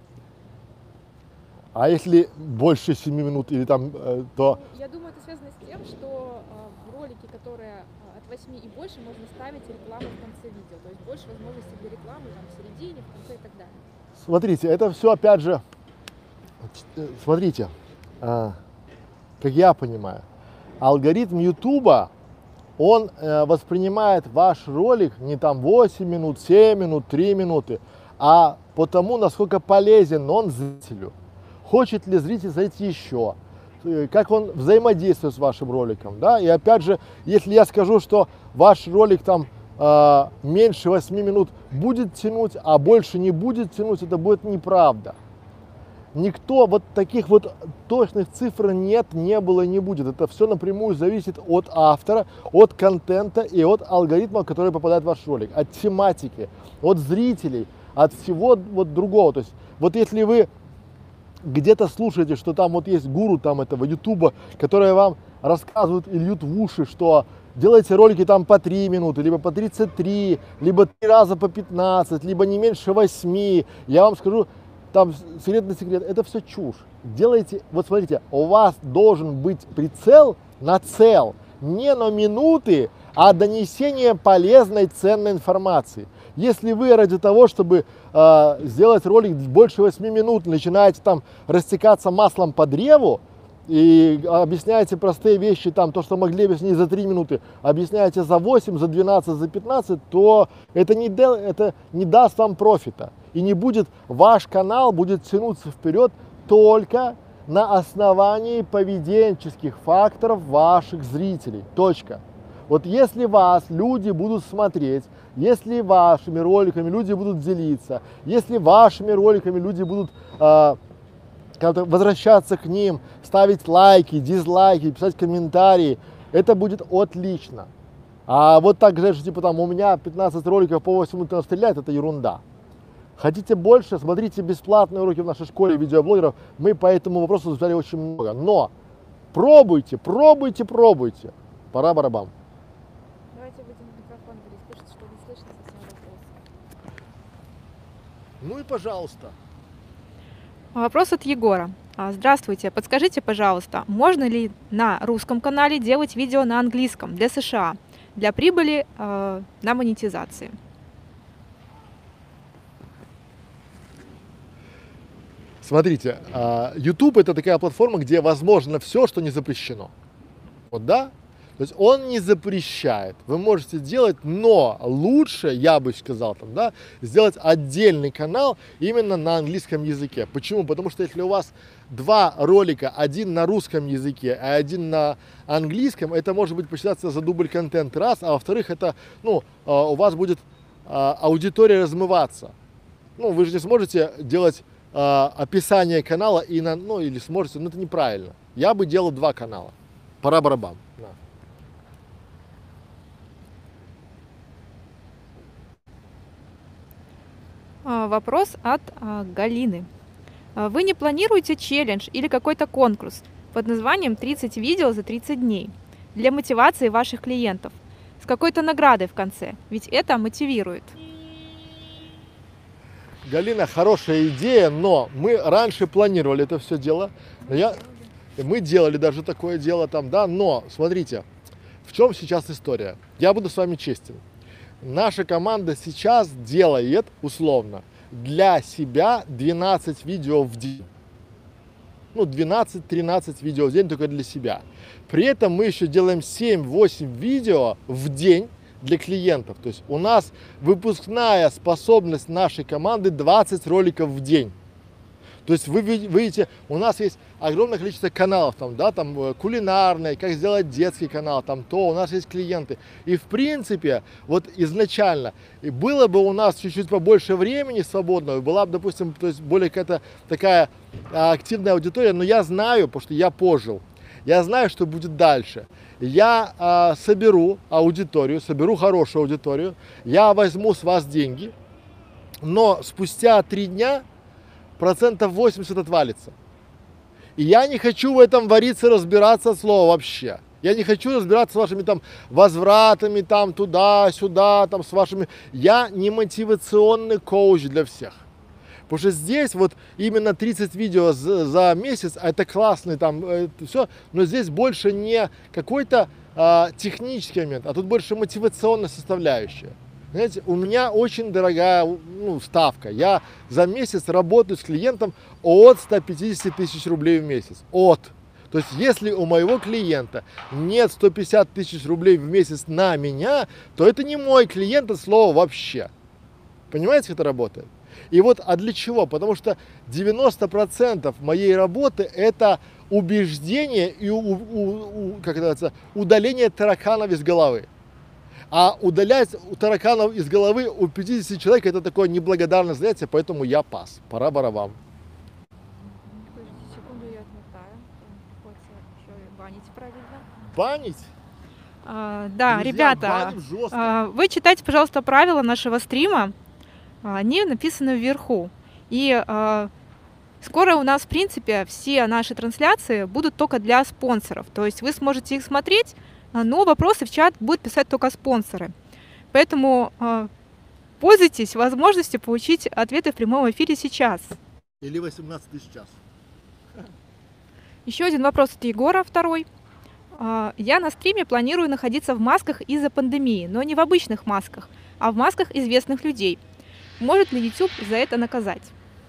А если больше семи минут или там, то... Ну, я думаю, это связано с тем, что э, в ролике, которые э, от восьми и больше, можно ставить рекламу в конце видео. То есть больше возможностей для рекламы там, в середине, в конце и так далее. Смотрите, это все опять же, смотрите, э, как я понимаю, алгоритм Ютуба, он э, воспринимает ваш ролик не там восемь минут, семь минут, три минуты, а по тому, насколько полезен он зрителю. хочет ли зритель зайти еще, как он взаимодействует с вашим роликом, да, и опять же, если я скажу, что ваш ролик там э, меньше восьми минут будет тянуть, а больше не будет тянуть, это будет неправда. Никто вот таких вот точных цифр нет, не было, не будет. Это все напрямую зависит от автора, от контента и от алгоритма, который попадает в ваш ролик, от тематики, от зрителей, от всего вот другого. То есть вот если вы где-то слушаете, что там вот есть гуру там этого ютуба, которые вам рассказывают и льют в уши, что делайте ролики там по три минуты, либо по тридцать три, либо три раза по пятнадцать, либо не меньше восьми, я вам скажу, там секретный секрет, это все чушь. Делайте, вот смотрите, у вас должен быть прицел на цел, не на минуты, а донесение полезной, ценной информации. Если вы ради того, чтобы э, сделать ролик больше восьми минут, начинаете там растекаться маслом по древу и объясняете простые вещи, там, то, что могли объяснить за три минуты, объясняете за восемь, за двенадцать, за пятнадцать, то это не, дел, это не даст вам профита. И не будет, ваш канал будет тянуться вперед только на основании поведенческих факторов ваших зрителей. Точка. Вот если вас люди будут смотреть, если вашими роликами люди будут делиться, если вашими роликами люди будут э, возвращаться к ним, ставить лайки, дизлайки, писать комментарии, это будет отлично. А вот так же, типа там у меня пятнадцать роликов по восемь минут стреляет, это ерунда. Хотите больше, смотрите бесплатные уроки в нашей школе видеоблогеров, мы по этому вопросу записали очень много. Но пробуйте, пробуйте, пробуйте. Пора барабан. Давайте будем микрофон говорить, пишите, что не слышно совсем вопрос. Ну и пожалуйста. Вопрос от Егора. А, Здравствуйте, подскажите, пожалуйста, можно ли на русском канале делать видео на английском для США, для прибыли э, на монетизации? Смотрите, YouTube это такая платформа, где возможно все, что не запрещено. Вот, да? То есть он не запрещает. Вы можете делать, но лучше, я бы сказал, там, да, сделать отдельный канал именно на английском языке. Почему? Потому что если у вас два ролика, один на русском языке, а один на английском, это может быть посчитаться за дубль контент раз, а во-вторых, это, ну, у вас будет аудитория размываться. Ну, вы же не сможете делать описание канала и на, ну, или сможете, но это неправильно. Я бы делал два канала. Пора барабан. Вопрос от а, Галины. А, Вы не планируете челлендж или какой-то конкурс под названием тридцать видео за тридцать дней для мотивации ваших клиентов с какой-то наградой в конце? Ведь это мотивирует. Галина, хорошая идея, но мы раньше планировали это все дело. Но я, мы делали даже такое дело там, да, но смотрите, в чем сейчас история. Я буду с вами честен. Наша команда сейчас делает, условно, для себя двенадцать видео в день. Ну, двенадцать-тринадцать видео в день только для себя. При этом мы еще делаем семь-восемь видео в день для клиентов. То есть у нас выпускная способность нашей команды двадцать роликов в день. То есть вы видите, у нас есть огромное количество каналов, там, да, там кулинарные, как сделать детский канал, там то, у нас есть клиенты. И в принципе, вот изначально, и было бы у нас чуть-чуть побольше времени свободного, была бы, допустим, то есть более какая-то такая а, активная аудитория, но я знаю, потому что я пожил, я знаю, что будет дальше. Я а, соберу аудиторию, соберу хорошую аудиторию, я возьму с вас деньги, но спустя три дня процентов восемьдесят отвалится. И я не хочу в этом вариться, разбираться от слова вообще. Я не хочу разбираться с вашими там возвратами, там туда-сюда, там с вашими... Я не мотивационный коуч для всех. Потому что здесь вот именно тридцать видео за, за месяц, это классный там, это все, но здесь больше не какой-то а, технический момент, а тут больше мотивационная составляющая. Знаете, у меня очень дорогая, ну, ставка. Я за месяц работаю с клиентом от ста пятидесяти тысяч рублей в месяц. От. То есть, если у моего клиента нет ста пятидесяти тысяч рублей в месяц на меня, то это не мой клиент от слова вообще. Понимаете, как это работает? И вот, а для чего? Потому что девяносто процентов моей работы это убеждение и у, у, у, как это называется, удаление тараканов из головы. А удалять у тараканов из головы у пятидесяти человек это такое неблагодарное занятие, поэтому я пас. Пора барабан. Подождите секунду, я отмотаю. Там приходится еще и банить правильно. Банить? А, да, Друзья, ребята, баним жестко. а, вы читайте, пожалуйста, правила нашего стрима. А, Они написаны вверху. И а, скоро у нас, в принципе, все наши трансляции будут только для спонсоров. То есть вы сможете их смотреть, а, но вопросы в чат будут писать только спонсоры. Поэтому а, пользуйтесь возможностью получить ответы в прямом эфире сейчас. Или восемнадцать тысяч час. Еще один вопрос от Егора, второй. А, Я на стриме планирую находиться в масках из-за пандемии, но не в обычных масках, а в масках известных людей. Может ли YouTube за это наказать?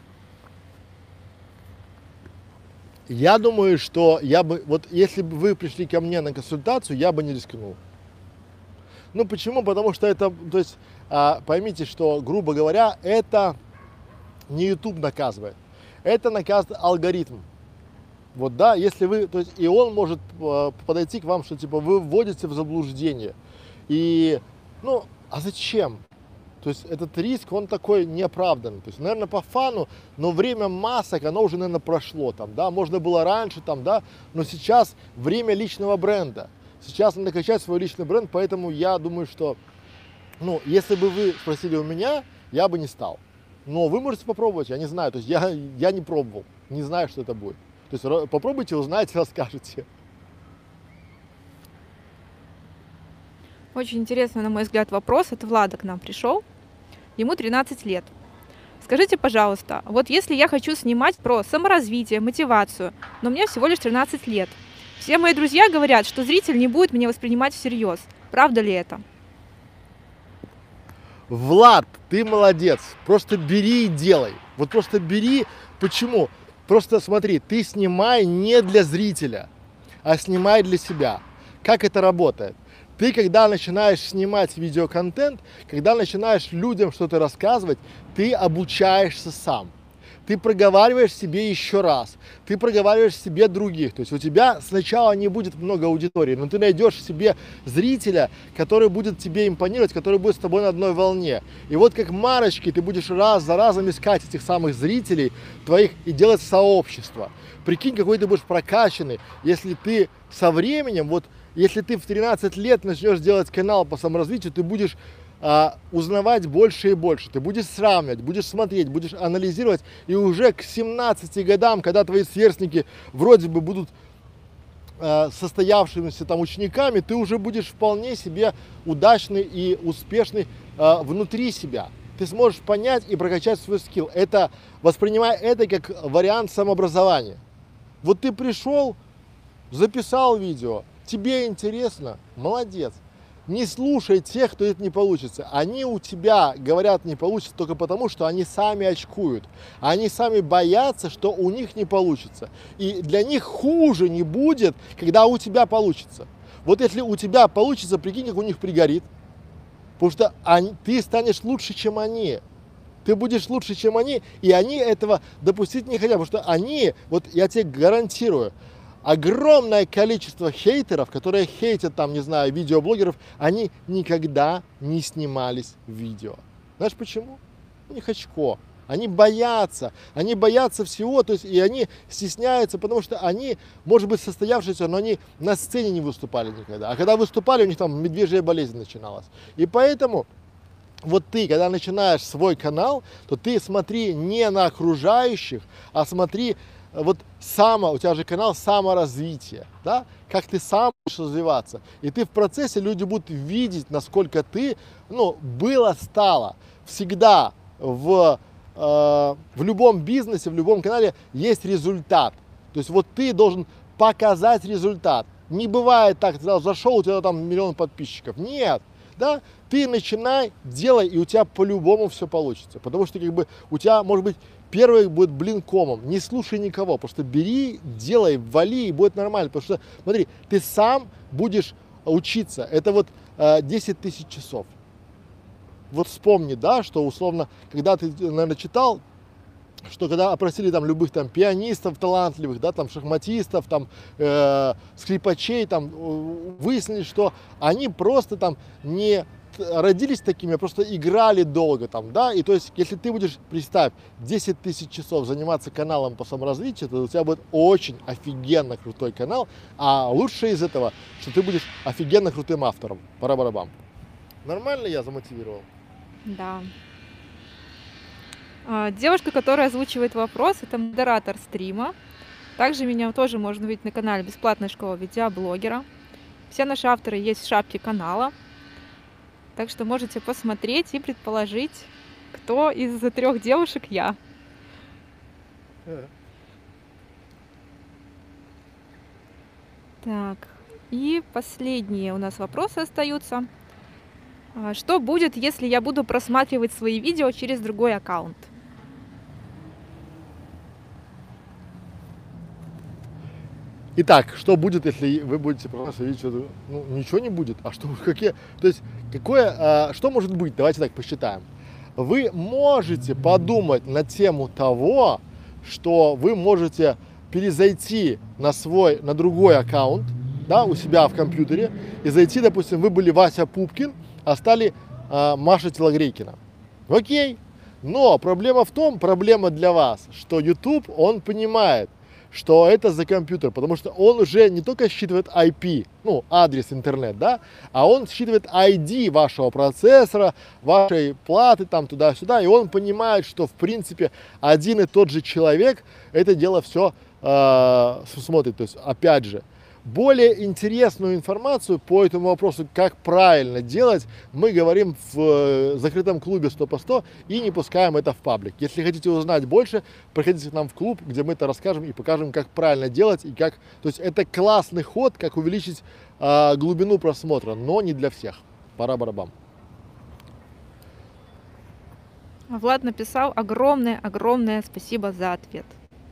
Я думаю, что я бы, вот если бы вы пришли ко мне на консультацию, я бы не рискнул. Ну почему? Потому что это, то есть, а, поймите, что, грубо говоря, это не YouTube наказывает, это наказывает алгоритм. Вот, да, если вы, то есть, и он может э, подойти к вам, что, типа, вы вводите в заблуждение. И, ну, а зачем? То есть, этот риск, он такой неоправданный. То есть, наверное, по фану, но время масок, оно уже, наверное, прошло, там, да, можно было раньше, там, да, но сейчас время личного бренда. Сейчас надо качать свой личный бренд, поэтому я думаю, что, ну, если бы вы спросили у меня, я бы не стал. Но вы можете попробовать, я не знаю, то есть, я, я не пробовал, не знаю, что это будет. То есть попробуйте, узнаете, расскажете. Очень интересный, на мой взгляд, вопрос. Это Влада к нам пришел. Ему тринадцать лет. Скажите, пожалуйста, вот если я хочу снимать про саморазвитие, мотивацию, но мне всего лишь тринадцать лет, все мои друзья говорят, что зритель не будет меня воспринимать всерьез. Правда ли это? Влад, ты молодец. Просто бери и делай. Вот просто бери. Почему? Просто смотри, ты снимай не для зрителя, а снимай для себя. Как это работает? Ты, когда начинаешь снимать видеоконтент, когда начинаешь людям что-то рассказывать, ты обучаешься сам. Ты проговариваешь себе еще раз, ты проговариваешь себе других. То есть у тебя сначала не будет много аудитории, но ты найдешь себе зрителя, который будет тебе импонировать, который будет с тобой на одной волне. И вот как марочки ты будешь раз за разом искать этих самых зрителей твоих и делать сообщество. Прикинь, какой ты будешь прокачанный, если ты со временем, вот если ты в тринадцать лет начнешь делать канал по саморазвитию, ты будешь а, узнавать больше и больше, ты будешь сравнивать, будешь смотреть, будешь анализировать, и уже к семнадцати годам, когда твои сверстники вроде бы будут а, состоявшимися там учениками, ты уже будешь вполне себе удачный и успешный а, внутри себя. Ты сможешь понять и прокачать свой скилл. Это, воспринимай это как вариант самообразования. Вот ты пришел, записал видео, тебе интересно, молодец. Не слушай тех, кто это не получится. Они у тебя говорят не получится только потому, что они сами очкуют. Они сами боятся, что у них не получится. И для них хуже не будет, когда у тебя получится. Вот если у тебя получится, прикинь, как у них пригорит. Потому что они, ты станешь лучше, чем они. Ты будешь лучше, чем они, и они этого допустить не хотят. Потому что они, вот я тебе гарантирую, огромное количество хейтеров, которые хейтят там, не знаю, видеоблогеров, они никогда не снимались в видео. Знаешь почему? У них очко. Они боятся, они боятся всего, то есть и они стесняются, потому что они, может быть, состоявшиеся, но они на сцене не выступали никогда. А когда выступали, у них там медвежья болезнь начиналась. И поэтому вот ты, когда начинаешь свой канал, то ты смотри не на окружающих, а смотри вот само, у тебя же канал саморазвития, да, как ты сам будешь развиваться. И ты в процессе, люди будут видеть, насколько ты, ну, было, стало. Всегда в, э, в любом бизнесе, в любом канале есть результат. То есть вот ты должен показать результат. Не бывает так, ты сразу зашел, у тебя там миллион подписчиков. Нет. Да, ты начинай, делай, и у тебя по-любому все получится. Потому что как бы у тебя, может быть, первый будет блин комом. Не слушай никого, просто бери, делай, вали, и будет нормально. Потому что, смотри, ты сам будешь учиться. Это вот э, десять тысяч часов. вот вспомни, да, что условно, когда ты, наверное, читал, что когда опросили там любых там пианистов талантливых, да, там шахматистов, там э, скрипачей, там э, выяснили, что они просто там не родились такими, а просто играли долго там, да, и то есть, если ты будешь, представь, десять тысяч часов заниматься каналом по саморазвитию, то у тебя будет очень офигенно крутой канал, а лучшее из этого, что ты будешь офигенно крутым автором. Пара-барабам. Нормально я замотивировал? Да. А, Девушка, которая озвучивает вопрос, это модератор стрима. Также меня тоже можно увидеть на канале «Бесплатная школа видеоблогера». Все наши авторы есть в шапке канала. Так что можете посмотреть и предположить, кто из трех девушек я. Так, и последние у нас вопросы остаются. А, Что будет, если я буду просматривать свои видео через другой аккаунт? Итак, что будет, если вы будете просто видеть что-то? Ну, ничего не будет. А что, какие, то есть, какое, а, что может быть? Давайте так посчитаем. Вы можете подумать на тему того, что вы можете перезайти на свой, на другой аккаунт, да, у себя в компьютере, и зайти, допустим, вы были Вася Пупкин, а стали а, Маша Телогрейкина. Окей. Но проблема в том, проблема для вас, что YouTube, он понимает, что это за компьютер, потому что он уже не только считывает ай пи, ну, адрес интернет, да, а он считывает ай ди вашего процессора, вашей платы, там, туда-сюда, и он понимает, что, в принципе, один и тот же человек это дело все э, смотрит. То есть, опять же, более интересную информацию по этому вопросу, как правильно делать, мы говорим в э, закрытом клубе сто по сто и не пускаем это в паблик. Если хотите узнать больше, приходите к нам в клуб, где мы это расскажем и покажем, как правильно делать и как. То есть это классный ход, как увеличить э, глубину просмотра, но не для всех. Пора-барабам. Влад написал огромное-огромное спасибо за ответ.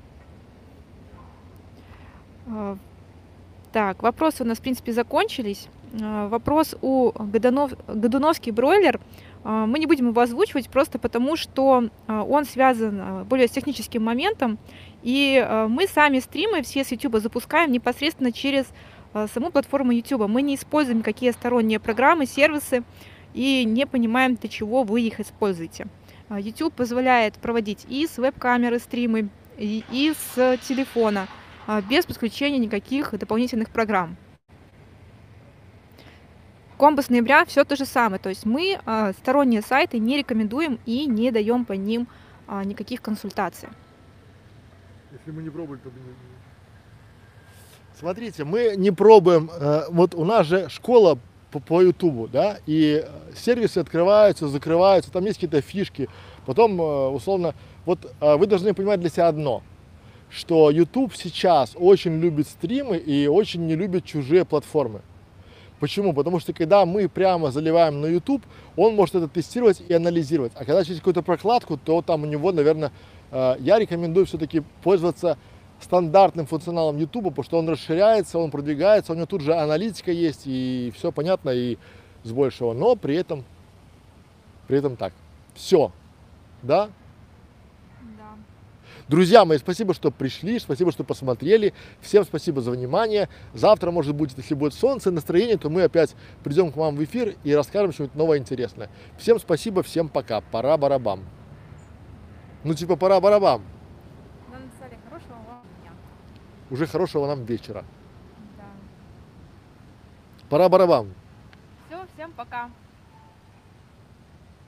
А, Так, вопросы у нас, в принципе, закончились. А, Вопрос у Годунов, Годуновский бройлер. а, Мы не будем его озвучивать, просто потому что а, он связан а, более с техническим моментом. И а, мы сами стримы все с YouTube запускаем непосредственно через а, саму платформу YouTube. Мы не используем никакие сторонние программы, сервисы и не понимаем, для чего вы их используете. А, YouTube позволяет проводить и с веб-камеры стримы, и, и с телефона, а, без подключения никаких дополнительных программ. Комбо с ноября все то же самое. То есть мы а, сторонние сайты не рекомендуем и не даем по ним а, никаких консультаций. Если мы не пробовали, то не... Смотрите, мы не пробуем. Э, вот у нас же школа по, по Ютубу, да, и сервисы открываются, закрываются, там есть какие-то фишки. Потом, э, условно, вот э, вы должны понимать для себя одно, что YouTube сейчас очень любит стримы и очень не любит чужие платформы. Почему? Потому что когда мы прямо заливаем на YouTube, он может это тестировать и анализировать. А когда через какую-то прокладку, то там у него, наверное, э, я рекомендую все-таки пользоваться стандартным функционалом YouTube, потому что он расширяется, он продвигается, у него тут же аналитика есть, и все понятно, и с большего. Но при этом, при этом так. Все. Да? Да. Друзья мои, спасибо, что пришли, спасибо, что посмотрели. Всем спасибо за внимание. Завтра, может быть, если будет солнце, настроение, то мы опять придем к вам в эфир и расскажем что-нибудь новое интересное. Всем спасибо, всем пока. Пора-барабам. Ну, типа, пора-барабам. Нам написали хорошего вам дня. Уже хорошего нам вечера. Да. Пора-барабам. Все, всем пока.